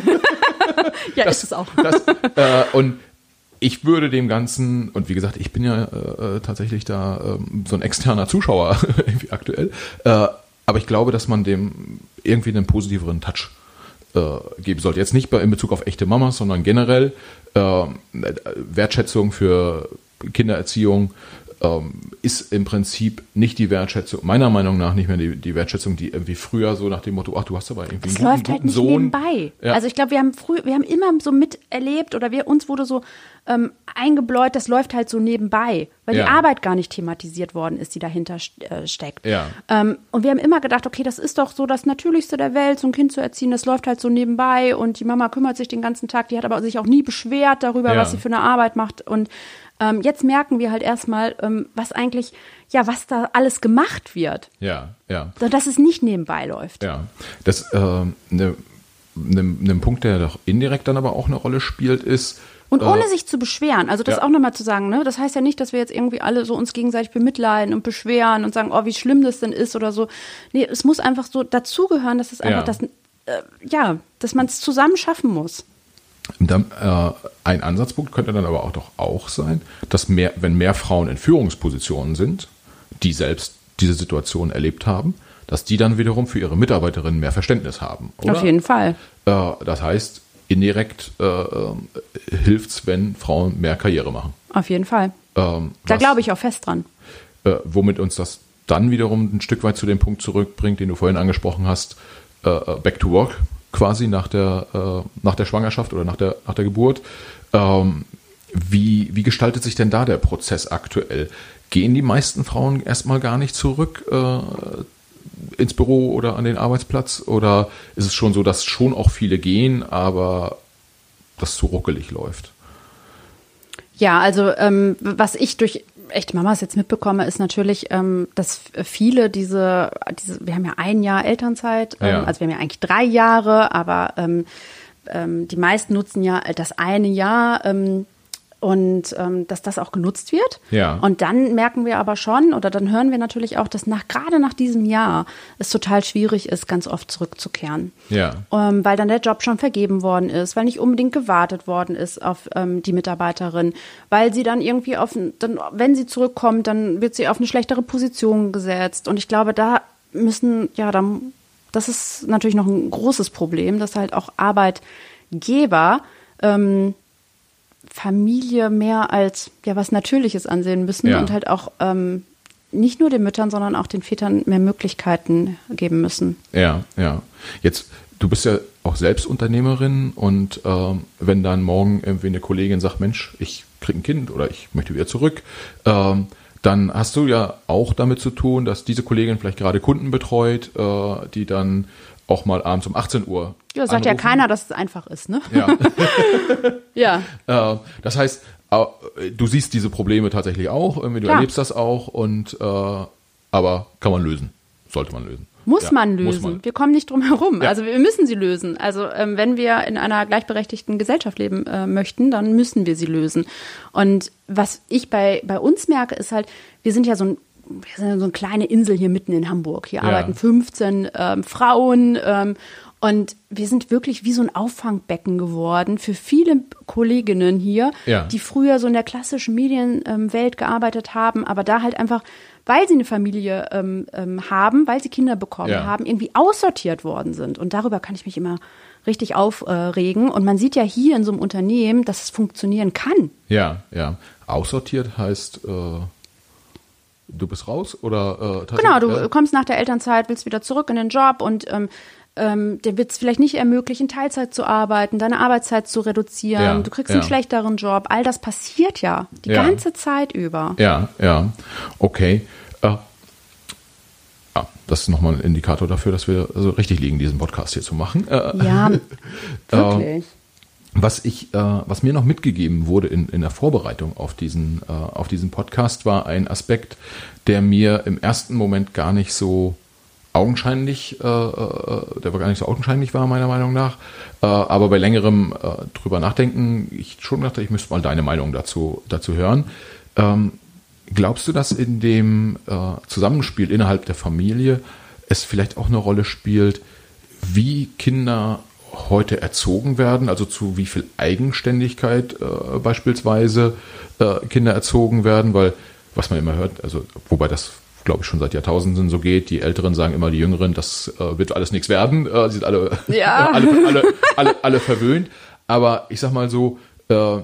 Ja, das, ist es auch. Das, äh, und ich würde dem Ganzen, und wie gesagt, ich bin ja äh, tatsächlich da ähm, so ein externer Zuschauer irgendwie aktuell, äh, aber ich glaube, dass man dem irgendwie einen positiveren Touch äh, geben sollte. Jetzt nicht bei, in Bezug auf echte Mamas, sondern generell äh, Wertschätzung für Kindererziehung ähm, ist im Prinzip nicht die Wertschätzung, meiner Meinung nach nicht mehr die, die Wertschätzung, die irgendwie früher so nach dem Motto, ach, du hast aber irgendwie Es einen guten, läuft halt guten nicht Sohn. nebenbei. Ja. Also ich glaube, wir haben früh, wir haben immer so miterlebt oder wir, uns wurde so ähm, eingebläut, das läuft halt so nebenbei, weil Ja. die Arbeit gar nicht thematisiert worden ist, die dahinter äh, steckt. Ja. Ähm, und wir haben immer gedacht, okay, das ist doch so das Natürlichste der Welt, so ein Kind zu erziehen, das läuft halt so nebenbei und die Mama kümmert sich den ganzen Tag, die hat aber sich auch nie beschwert darüber, Ja. was sie für eine Arbeit macht. Und ähm, jetzt merken wir halt erstmal, ähm, was eigentlich, ja, was da alles gemacht wird, Ja, ja. so, dass es nicht nebenbei läuft. Ja, das äh, ne, ne, ne Punkt, der doch indirekt dann aber auch eine Rolle spielt, ist Und ohne äh, sich zu beschweren, also das ja. auch nochmal zu sagen, ne, das heißt ja nicht, dass wir jetzt irgendwie alle so uns gegenseitig bemitleiden und beschweren und sagen, oh, wie schlimm das denn ist oder so. Nee, es muss einfach so dazugehören, dass es einfach Ja. das, äh, ja, dass man es zusammen schaffen muss. Dann, äh, ein Ansatzpunkt könnte dann aber auch doch auch sein, dass mehr, wenn mehr Frauen in Führungspositionen sind, die selbst diese Situation erlebt haben, dass die dann wiederum für ihre Mitarbeiterinnen mehr Verständnis haben. Oder? Auf jeden Fall. Äh, das heißt, indirekt äh, äh, hilft es, wenn Frauen mehr Karriere machen. Auf jeden Fall. Ähm, Da was- glaube ich auch fest dran. äh, womit uns das dann wiederum ein Stück weit zu dem Punkt zurückbringt, den du vorhin angesprochen hast, äh, back to work quasi nach der, äh, nach der Schwangerschaft oder nach der, nach der Geburt. Ähm, wie, wie gestaltet sich denn da der Prozess aktuell? Gehen die meisten Frauen erstmal gar nicht zurück äh, ins Büro oder an den Arbeitsplatz? Oder ist es schon so, dass schon auch viele gehen, aber das zu ruckelig läuft? Ja, also ähm, was ich durch echte Mamas jetzt mitbekomme, ist natürlich, ähm, dass viele diese, diese, wir haben ja ein Jahr Elternzeit, ähm, Ja. also wir haben ja eigentlich drei Jahre, aber ähm, ähm, die meisten nutzen ja das eine Jahr ähm, und ähm, dass das auch genutzt wird. Ja. Und dann merken wir aber schon, oder dann hören wir natürlich auch, dass nach gerade nach diesem Jahr es total schwierig ist, ganz oft zurückzukehren. Ja. Ähm, weil dann der Job schon vergeben worden ist, weil nicht unbedingt gewartet worden ist auf ähm, die Mitarbeiterin, weil sie dann irgendwie auf, dann, wenn sie zurückkommt, dann wird sie auf eine schlechtere Position gesetzt. Und ich glaube, da müssen, ja, dann, das ist natürlich noch ein großes Problem, dass halt auch Arbeitgeber ähm, Familie mehr als ja was Natürliches ansehen müssen Ja. und halt auch ähm, nicht nur den Müttern, sondern auch den Vätern mehr Möglichkeiten geben müssen. Ja, ja. Jetzt, du bist ja auch selbst Unternehmerin und ähm, wenn dann morgen irgendwie eine Kollegin sagt, Mensch, ich kriege ein Kind oder ich möchte wieder zurück, ähm, dann hast du ja auch damit zu tun, dass diese Kollegin vielleicht gerade Kunden betreut, äh, die dann auch mal abends um achtzehn Uhr Ja, sagt ja anrufen. keiner, dass es einfach ist, ne? Ja. Ja. Äh, das heißt, äh, du siehst diese Probleme tatsächlich auch, irgendwie, du Klar. erlebst das auch, und äh, aber kann man lösen, sollte man lösen. Muss Ja, man lösen. muss man. Wir kommen nicht drum herum. Ja. Also wir müssen sie lösen. Also ähm, wenn wir in einer gleichberechtigten Gesellschaft leben äh, möchten, dann müssen wir sie lösen. Und was ich bei, bei uns merke, ist halt, wir sind ja so ein wir sind ja so eine kleine Insel hier mitten in Hamburg. Hier Ja. arbeiten fünfzehn ähm, Frauen ähm, Und wir sind wirklich wie so ein Auffangbecken geworden für viele Kolleginnen hier, ja. die früher so in der klassischen Medienwelt gearbeitet haben, aber da halt einfach, weil sie eine Familie ähm, ähm, haben, weil sie Kinder bekommen ja. haben, irgendwie aussortiert worden sind. Und darüber kann ich mich immer richtig aufregen. Und man sieht ja hier in so einem Unternehmen, dass es funktionieren kann. Ja, ja. Aussortiert heißt, äh, du bist raus? Oder, äh, genau, du äh? kommst nach der Elternzeit, willst wieder zurück in den Job und ähm, ähm, dir wird es vielleicht nicht ermöglichen, Teilzeit zu arbeiten, deine Arbeitszeit zu reduzieren, ja, du kriegst ja. einen schlechteren Job. All das passiert ja die ja. ganze Zeit über. Ja, ja. Okay. Äh, ja, das ist nochmal ein Indikator dafür, dass wir also richtig liegen, diesen Podcast hier zu machen. Äh, ja, wirklich. Äh, Was ich, äh, was mir noch mitgegeben wurde in, in der Vorbereitung auf diesen, äh, auf diesen Podcast, war ein Aspekt, der mir im ersten Moment gar nicht so augenscheinlich, äh, äh, der war gar nicht so augenscheinlich war, meiner Meinung nach. Äh, aber bei längerem äh, drüber nachdenken, ich schon dachte, ich müsste mal deine Meinung dazu, dazu hören. Ähm, glaubst du, dass in dem äh, Zusammenspiel innerhalb der Familie es vielleicht auch eine Rolle spielt, wie Kinder heute erzogen werden, also zu wie viel Eigenständigkeit äh, beispielsweise äh, Kinder erzogen werden, weil was man immer hört, also wobei das glaube ich schon seit Jahrtausenden so geht, die Älteren sagen immer die Jüngeren, das äh, wird alles nichts werden, äh, sie sind alle, ja. alle, alle, alle, alle verwöhnt, aber ich sag mal so, äh,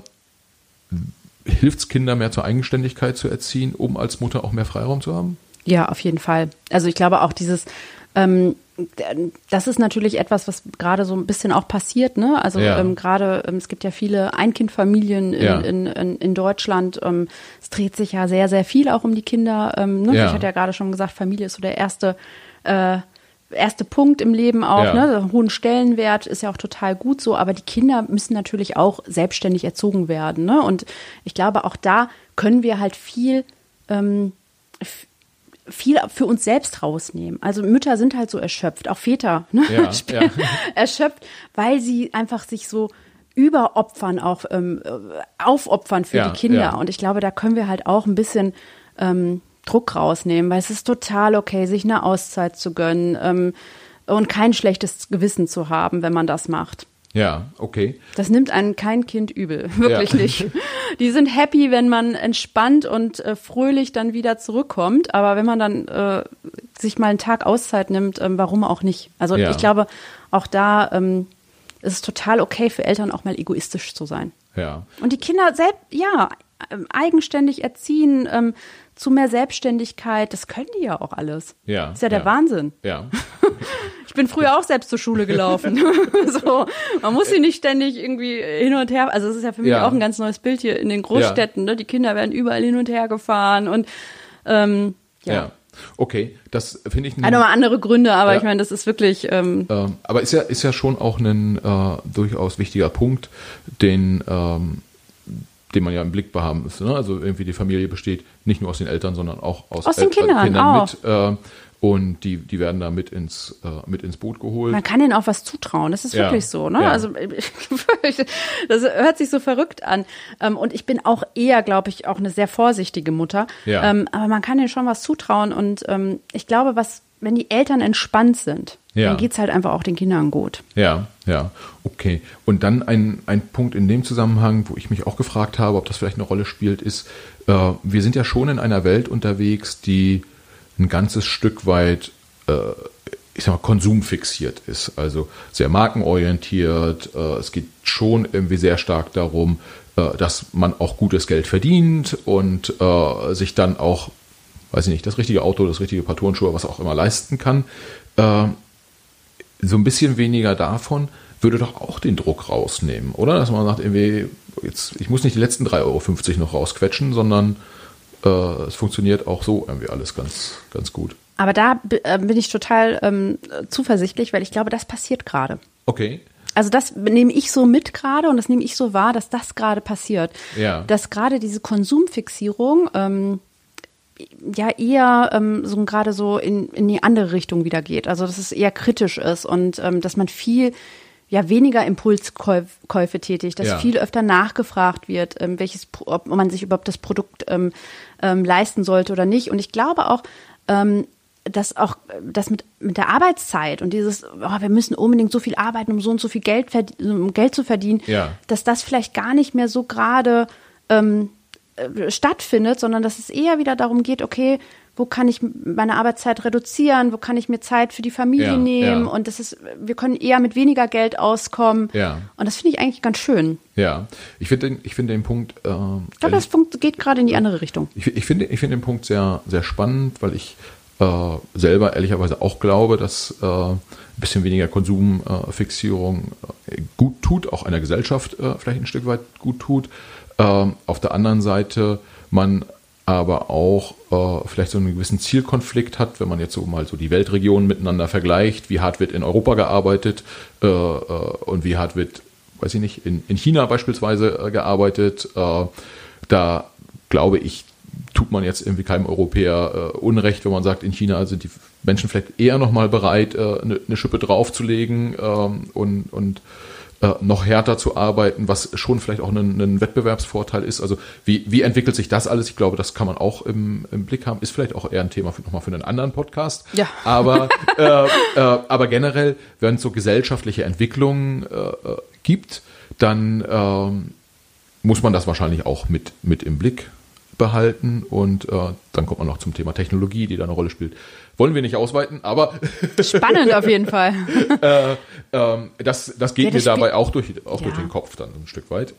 hilft es Kinder mehr zur Eigenständigkeit zu erziehen, um als Mutter auch mehr Freiraum zu haben? Ja, auf jeden Fall. Also ich glaube auch dieses ähm, das ist natürlich etwas, was gerade so ein bisschen auch passiert, ne? Also ja. ähm, gerade, ähm, es gibt ja viele Einkindfamilien in, ja. in, in, in Deutschland. Ähm, es dreht sich ja sehr, sehr viel auch um die Kinder. Ähm, ne? ja. Ich hatte ja gerade schon gesagt, Familie ist so der erste, äh, erste Punkt im Leben auch. Ja. Ne? Der hohen Stellenwert ist ja auch total gut so, aber die Kinder müssen natürlich auch selbstständig erzogen werden. Ne? Und ich glaube, auch da können wir halt viel ähm, f- viel für uns selbst rausnehmen. Also Mütter sind halt so erschöpft, auch Väter, ne? Ja, ja. erschöpft, weil sie einfach sich so überopfern, auch ähm, aufopfern für ja, die Kinder. Ja. Und ich glaube, da können wir halt auch ein bisschen ähm, Druck rausnehmen, weil es ist total okay, sich eine Auszeit zu gönnen ähm, und kein schlechtes Gewissen zu haben, wenn man das macht. Ja, okay. Das nimmt einen kein Kind übel, wirklich ja. nicht. Die sind happy, wenn man entspannt und äh, fröhlich dann wieder zurückkommt. Aber wenn man dann äh, sich mal einen Tag Auszeit nimmt, ähm, warum auch nicht? Also ja. ich glaube, auch da ähm, ist es total okay für Eltern auch mal egoistisch zu sein. Ja. Und die Kinder selbst, ja, eigenständig erziehen, ähm, zu mehr Selbstständigkeit, das können die ja auch alles. Ja. Das ist ja der ja. Wahnsinn. Ja. Ich bin früher auch selbst zur Schule gelaufen. So, man muss sie nicht ständig irgendwie hin und her, also das ist ja für mich ja. auch ein ganz neues Bild hier in den Großstädten. Ja. Ne? Die Kinder werden überall hin und her gefahren und ähm, ja. ja. Okay, das finde ich... Hat nochmal andere Gründe, aber ja. ich meine, das ist wirklich... Ähm, ähm, aber ist ja, ist ja schon auch ein äh, durchaus wichtiger Punkt, den... Ähm, den man ja im Blick behaben muss. Ne? Also irgendwie die Familie besteht nicht nur aus den Eltern, sondern auch aus, aus den El- Kindern, Kindern auch. mit. Äh, und die, die werden da mit ins, äh, mit ins Boot geholt. Man kann denen auch was zutrauen, das ist ja. wirklich so. Ne? Ja. Also das hört sich so verrückt an. Und ich bin auch eher, glaube ich, auch eine sehr vorsichtige Mutter. Ja. Aber man kann denen schon was zutrauen. Und ich glaube, was, wenn die Eltern entspannt sind, ja. dann geht's halt einfach auch den Kindern gut. Ja, ja, okay. Und dann ein, ein Punkt in dem Zusammenhang, wo ich mich auch gefragt habe, ob das vielleicht eine Rolle spielt, ist, äh, wir sind ja schon in einer Welt unterwegs, die ein ganzes Stück weit, äh, ich sag mal, konsumfixiert ist. Also sehr markenorientiert. Äh, es geht schon irgendwie sehr stark darum, äh, dass man auch gutes Geld verdient und äh, sich dann auch, weiß ich nicht, das richtige Auto, das richtige Paar Turnschuhe, was auch immer leisten kann. Äh, so ein bisschen weniger davon würde doch auch den Druck rausnehmen, oder? Dass man sagt, irgendwie, jetzt, ich muss nicht die letzten drei Euro fünfzig noch rausquetschen, sondern äh, es funktioniert auch so irgendwie alles ganz, ganz gut. Aber da b- äh, bin ich total ähm, zuversichtlich, weil ich glaube, das passiert gerade. Okay. Also das nehme ich so mit gerade und das nehme ich so wahr, dass das gerade passiert. Ja. Dass gerade diese Konsumfixierung ähm, ja eher ähm, so gerade so in, in die andere Richtung wieder geht. Also dass es eher kritisch ist und ähm, dass man viel ja weniger Impulskäufe tätigt, dass ja. viel öfter nachgefragt wird, ähm, welches, ob man sich überhaupt das Produkt ähm, ähm, leisten sollte oder nicht. Und ich glaube auch, ähm, dass auch das mit, mit der Arbeitszeit und dieses, oh, wir müssen unbedingt so viel arbeiten, um so und so viel Geld, um Geld zu verdienen, ja. dass das vielleicht gar nicht mehr so gerade ähm, stattfindet, sondern dass es eher wieder darum geht, okay, wo kann ich meine Arbeitszeit reduzieren, wo kann ich mir Zeit für die Familie ja, nehmen ja. und das ist, wir können eher mit weniger Geld auskommen. Ja. Und das finde ich eigentlich ganz schön. Ja, ich finde den, ich finde den Punkt. Äh, ich glaube, das funkt, geht gerade in die andere Richtung. Ich, ich finde, ich finde den Punkt sehr, sehr spannend, weil ich äh, selber ehrlicherweise auch glaube, dass äh, ein bisschen weniger Konsumfixierung äh, gut tut, auch einer Gesellschaft äh, vielleicht ein Stück weit gut tut. Äh, auf der anderen Seite man aber auch äh, vielleicht so einen gewissen Zielkonflikt hat, wenn man jetzt so mal so die Weltregionen miteinander vergleicht, wie hart wird in Europa gearbeitet äh, äh, und wie hart wird, weiß ich nicht, in, in China beispielsweise äh, gearbeitet. Äh, da glaube ich, tut man jetzt irgendwie keinem Europäer äh, Unrecht, wenn man sagt, in China sind die Menschen vielleicht eher nochmal bereit, äh, eine, eine Schippe draufzulegen äh, und, und noch härter zu arbeiten, was schon vielleicht auch ein, ein Wettbewerbsvorteil ist. Also wie, wie entwickelt sich das alles? Ich glaube, das kann man auch im, im Blick haben. Ist vielleicht auch eher ein Thema für, nochmal für einen anderen Podcast. Ja. Aber, äh, äh, aber generell, wenn es so gesellschaftliche Entwicklungen äh, gibt, dann äh, muss man das wahrscheinlich auch mit, mit im Blick behalten. Und äh, dann kommt man noch zum Thema Technologie, die da eine Rolle spielt. Wollen wir nicht ausweiten, aber spannend auf jeden Fall. äh, ähm, das, das geht ja, das mir dabei auch durch, auch ja. durch den Kopf dann ein Stück weit.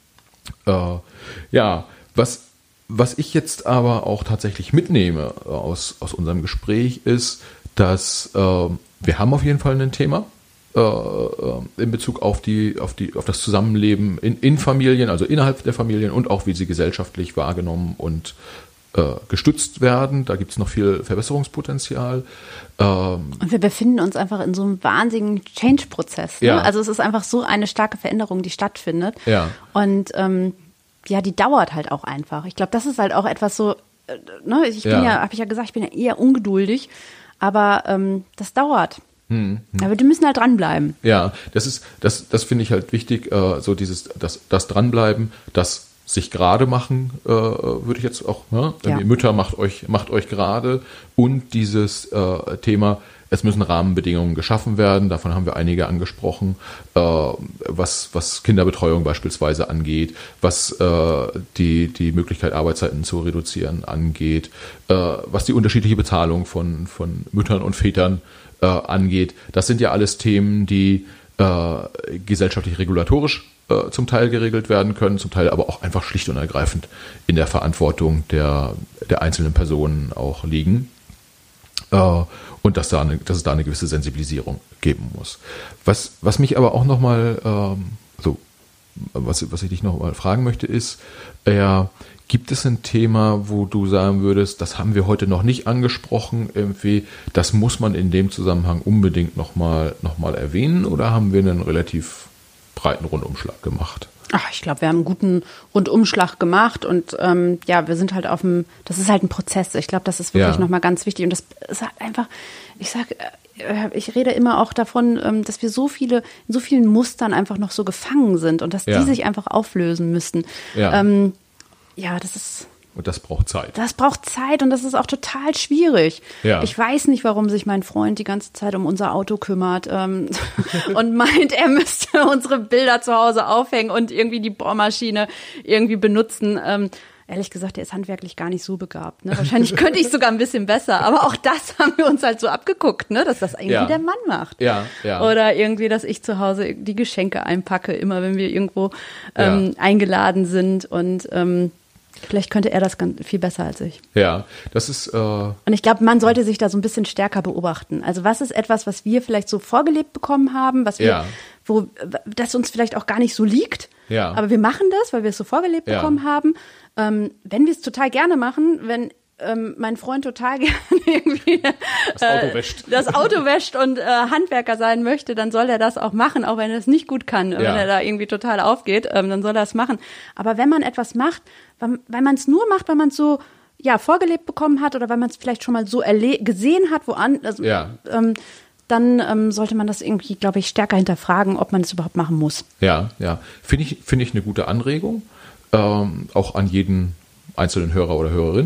Äh, ja, was, was ich jetzt aber auch tatsächlich mitnehme aus, aus unserem Gespräch ist, dass äh, wir haben auf jeden Fall ein Thema äh, in Bezug auf die, auf die, auf das Zusammenleben in, in Familien, also innerhalb der Familien und auch wie sie gesellschaftlich wahrgenommen und gestützt werden. Da gibt es noch viel Verbesserungspotenzial. Ähm, und wir befinden uns einfach in so einem wahnsinnigen Change-Prozess. Ne? Ja. Also es ist einfach so eine starke Veränderung, die stattfindet. Ja. Und ähm, ja, die dauert halt auch einfach. Ich glaube, das ist halt auch etwas so, äh, ne? ich bin Ja. ja, habe ich ja gesagt, ich bin ja eher ungeduldig, aber ähm, das dauert. hm, hm. Aber die müssen halt dranbleiben. Ja, das ist, das, das finde ich halt wichtig, äh, so dieses, das, das Dranbleiben, das sich gerade machen, äh, würde ich jetzt auch, ne? Ja. Mütter macht euch, macht euch gerade und dieses äh, Thema, es müssen Rahmenbedingungen geschaffen werden, davon haben wir einige angesprochen, äh, was, was Kinderbetreuung beispielsweise angeht, was äh, die, die Möglichkeit, Arbeitszeiten zu reduzieren angeht, äh, was die unterschiedliche Bezahlung von, von Müttern und Vätern äh, angeht. Das sind ja alles Themen, die äh, gesellschaftlich regulatorisch äh, zum Teil geregelt werden können, zum Teil aber auch einfach schlicht und ergreifend in der Verantwortung der, der einzelnen Personen auch liegen. Äh, und dass, da eine, dass es da eine gewisse Sensibilisierung geben muss. Was, was mich aber auch nochmal, ähm, also, was, was ich dich nochmal fragen möchte, ist, äh, gibt es ein Thema, wo du sagen würdest, das haben wir heute noch nicht angesprochen, irgendwie, das muss man in dem Zusammenhang unbedingt nochmal noch mal erwähnen, oder haben wir einen relativ breiten Rundumschlag gemacht? Ach, ich glaube, wir haben einen guten Rundumschlag gemacht und ähm, ja, wir sind halt auf dem, das ist halt ein Prozess. Ich glaube, das ist wirklich Ja. nochmal ganz wichtig und das ist halt einfach, ich sag, äh, ich rede immer auch davon, ähm, dass wir so viele, in so vielen Mustern einfach noch so gefangen sind und dass Ja. die sich einfach auflösen müssten. Ja. Ähm, ja, das ist... Und das braucht Zeit. Das braucht Zeit und das ist auch total schwierig. Ja. Ich weiß nicht, warum sich mein Freund die ganze Zeit um unser Auto kümmert ähm, und meint, er müsste unsere Bilder zu Hause aufhängen und irgendwie die Bohrmaschine irgendwie benutzen. Ähm, ehrlich gesagt, der ist handwerklich gar nicht so begabt. Ne? Wahrscheinlich könnte ich sogar ein bisschen besser, aber auch das haben wir uns halt so abgeguckt, ne? Dass das irgendwie Ja. der Mann macht. Ja, ja. Oder irgendwie, dass ich zu Hause die Geschenke einpacke, immer wenn wir irgendwo ähm, Ja. eingeladen sind und ähm, vielleicht könnte er das ganz viel besser als ich. Ja, das ist... Äh, Und ich glaube, man sollte sich da so ein bisschen stärker beobachten. Also was ist etwas, was wir vielleicht so vorgelebt bekommen haben, was wir, Ja. wo das uns vielleicht auch gar nicht so liegt, Ja. aber wir machen das, weil wir es so vorgelebt Ja. bekommen haben. Ähm, wenn wir es total gerne machen, wenn ähm, mein Freund total gerne irgendwie das Auto wäscht. das Auto wäscht und äh, Handwerker sein möchte, dann soll er das auch machen, auch wenn er es nicht gut kann, wenn er da irgendwie total aufgeht, ähm, dann soll er es machen. Aber wenn man etwas macht, weil, weil man es nur macht, weil man es so ja vorgelebt bekommen hat oder weil man es vielleicht schon mal so erle- gesehen hat, woan, also, Ja. ähm, dann ähm, sollte man das irgendwie, glaube ich, stärker hinterfragen, ob man es überhaupt machen muss. Ja, ja. Finde ich, finde ich eine gute Anregung, ähm, auch an jeden einzelnen Hörer oder Hörerin.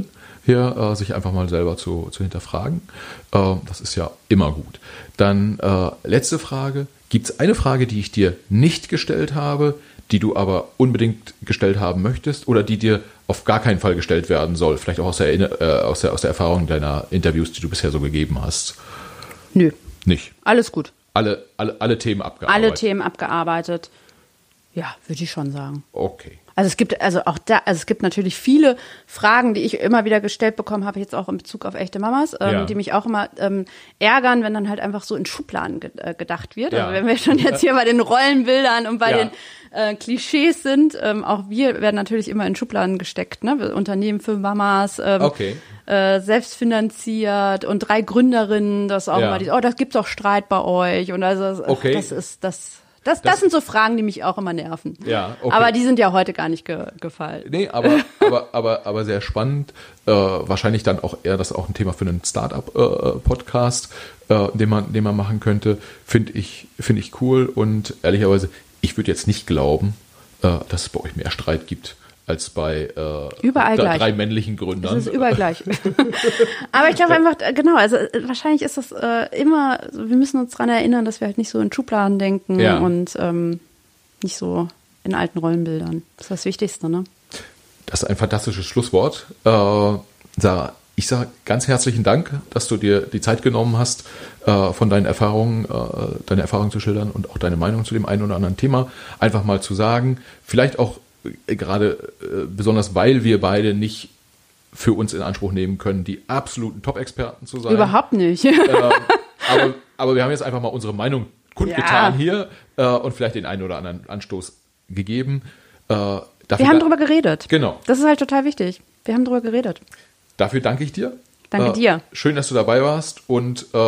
hier äh, sich einfach mal selber zu, zu hinterfragen. Äh, das ist ja immer gut. Dann äh, letzte Frage. Gibt es eine Frage, die ich dir nicht gestellt habe, die du aber unbedingt gestellt haben möchtest oder die dir auf gar keinen Fall gestellt werden soll? Vielleicht auch aus der, äh, aus der, aus der Erfahrung deiner Interviews, die du bisher so gegeben hast. Nö. Nicht? Alles gut. Alle, alle, alle Themen abgearbeitet? Alle Themen abgearbeitet. Ja, würde ich schon sagen. Okay. Also es gibt also auch da, also es gibt natürlich viele Fragen, die ich immer wieder gestellt bekommen habe, jetzt auch in Bezug auf echte Mamas, ähm, Ja. die mich auch immer ähm, ärgern, wenn dann halt einfach so in Schubladen ge äh, gedacht wird. Ja. Also wenn wir schon jetzt hier bei den Rollenbildern und bei Ja. den äh, Klischees sind, ähm, auch wir werden natürlich immer in Schubladen gesteckt, ne? Unternehmen für Mamas, ähm, Okay. äh, selbstfinanziert und drei Gründerinnen, das auch Ja. immer, die, oh, das gibt's auch Streit bei euch und also Okay. das ist das. Das, Das- das sind so Fragen, die mich auch immer nerven. Ja, okay. Aber die sind ja heute gar nicht ge gefallen. Nee, aber, aber, aber, aber sehr spannend. Äh, wahrscheinlich dann auch eher das auch ein Thema für einen Startup-Podcast, äh, den man, den man machen könnte. Finde ich, finde ich cool. Und ehrlicherweise, ich würde jetzt nicht glauben, äh, dass es bei euch mehr Streit gibt als bei äh, Überall drei, gleich. drei männlichen Gründern. Das ist überall gleich. Aber ich glaube einfach, äh, genau, also äh, wahrscheinlich ist das äh, immer, wir müssen uns daran erinnern, dass wir halt nicht so in Schubladen denken Ja. und ähm, nicht so in alten Rollenbildern. Das ist das Wichtigste, ne? Das ist ein fantastisches Schlusswort. Äh, Sarah, ich sage ganz herzlichen Dank, dass du dir die Zeit genommen hast, äh, von deinen Erfahrungen, äh, deine Erfahrungen zu schildern und auch deine Meinung zu dem einen oder anderen Thema einfach mal zu sagen. Vielleicht auch äh, gerade äh, besonders, weil wir beide nicht für uns in Anspruch nehmen können, die absoluten Top-Experten zu sein. Überhaupt nicht. Äh, aber, aber wir haben jetzt einfach mal unsere Meinung kundgetan Ja. hier äh, und vielleicht den einen oder anderen Anstoß gegeben. Äh, dafür Wir haben da- drüber geredet. Genau. Das ist halt total wichtig. Wir haben drüber geredet. Dafür danke ich dir. Danke äh, dir. Schön, dass du dabei warst und äh,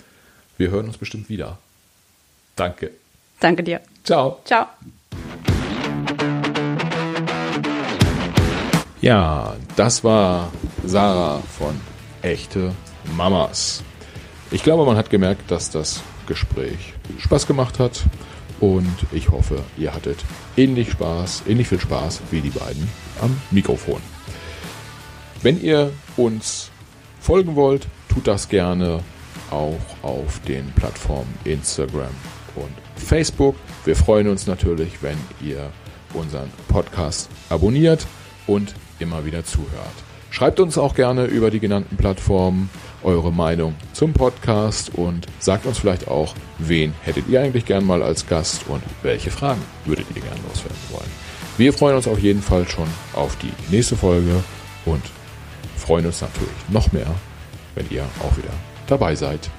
wir hören uns bestimmt wieder. Danke. Danke dir. Ciao. Ciao. Ja, das war Sarah von Echte Mamas. Ich glaube, man hat gemerkt, dass das Gespräch Spaß gemacht hat und ich hoffe, ihr hattet ähnlich Spaß, ähnlich viel Spaß wie die beiden am Mikrofon. Wenn ihr uns folgen wollt, tut das gerne auch auf den Plattformen Instagram und Facebook. Wir freuen uns natürlich, wenn ihr unseren Podcast abonniert und immer wieder zuhört. Schreibt uns auch gerne über die genannten Plattformen eure Meinung zum Podcast und sagt uns vielleicht auch, wen hättet ihr eigentlich gern mal als Gast und welche Fragen würdet ihr gern loswerden wollen. Wir freuen uns auf jeden Fall schon auf die nächste Folge und freuen uns natürlich noch mehr, wenn ihr auch wieder dabei seid.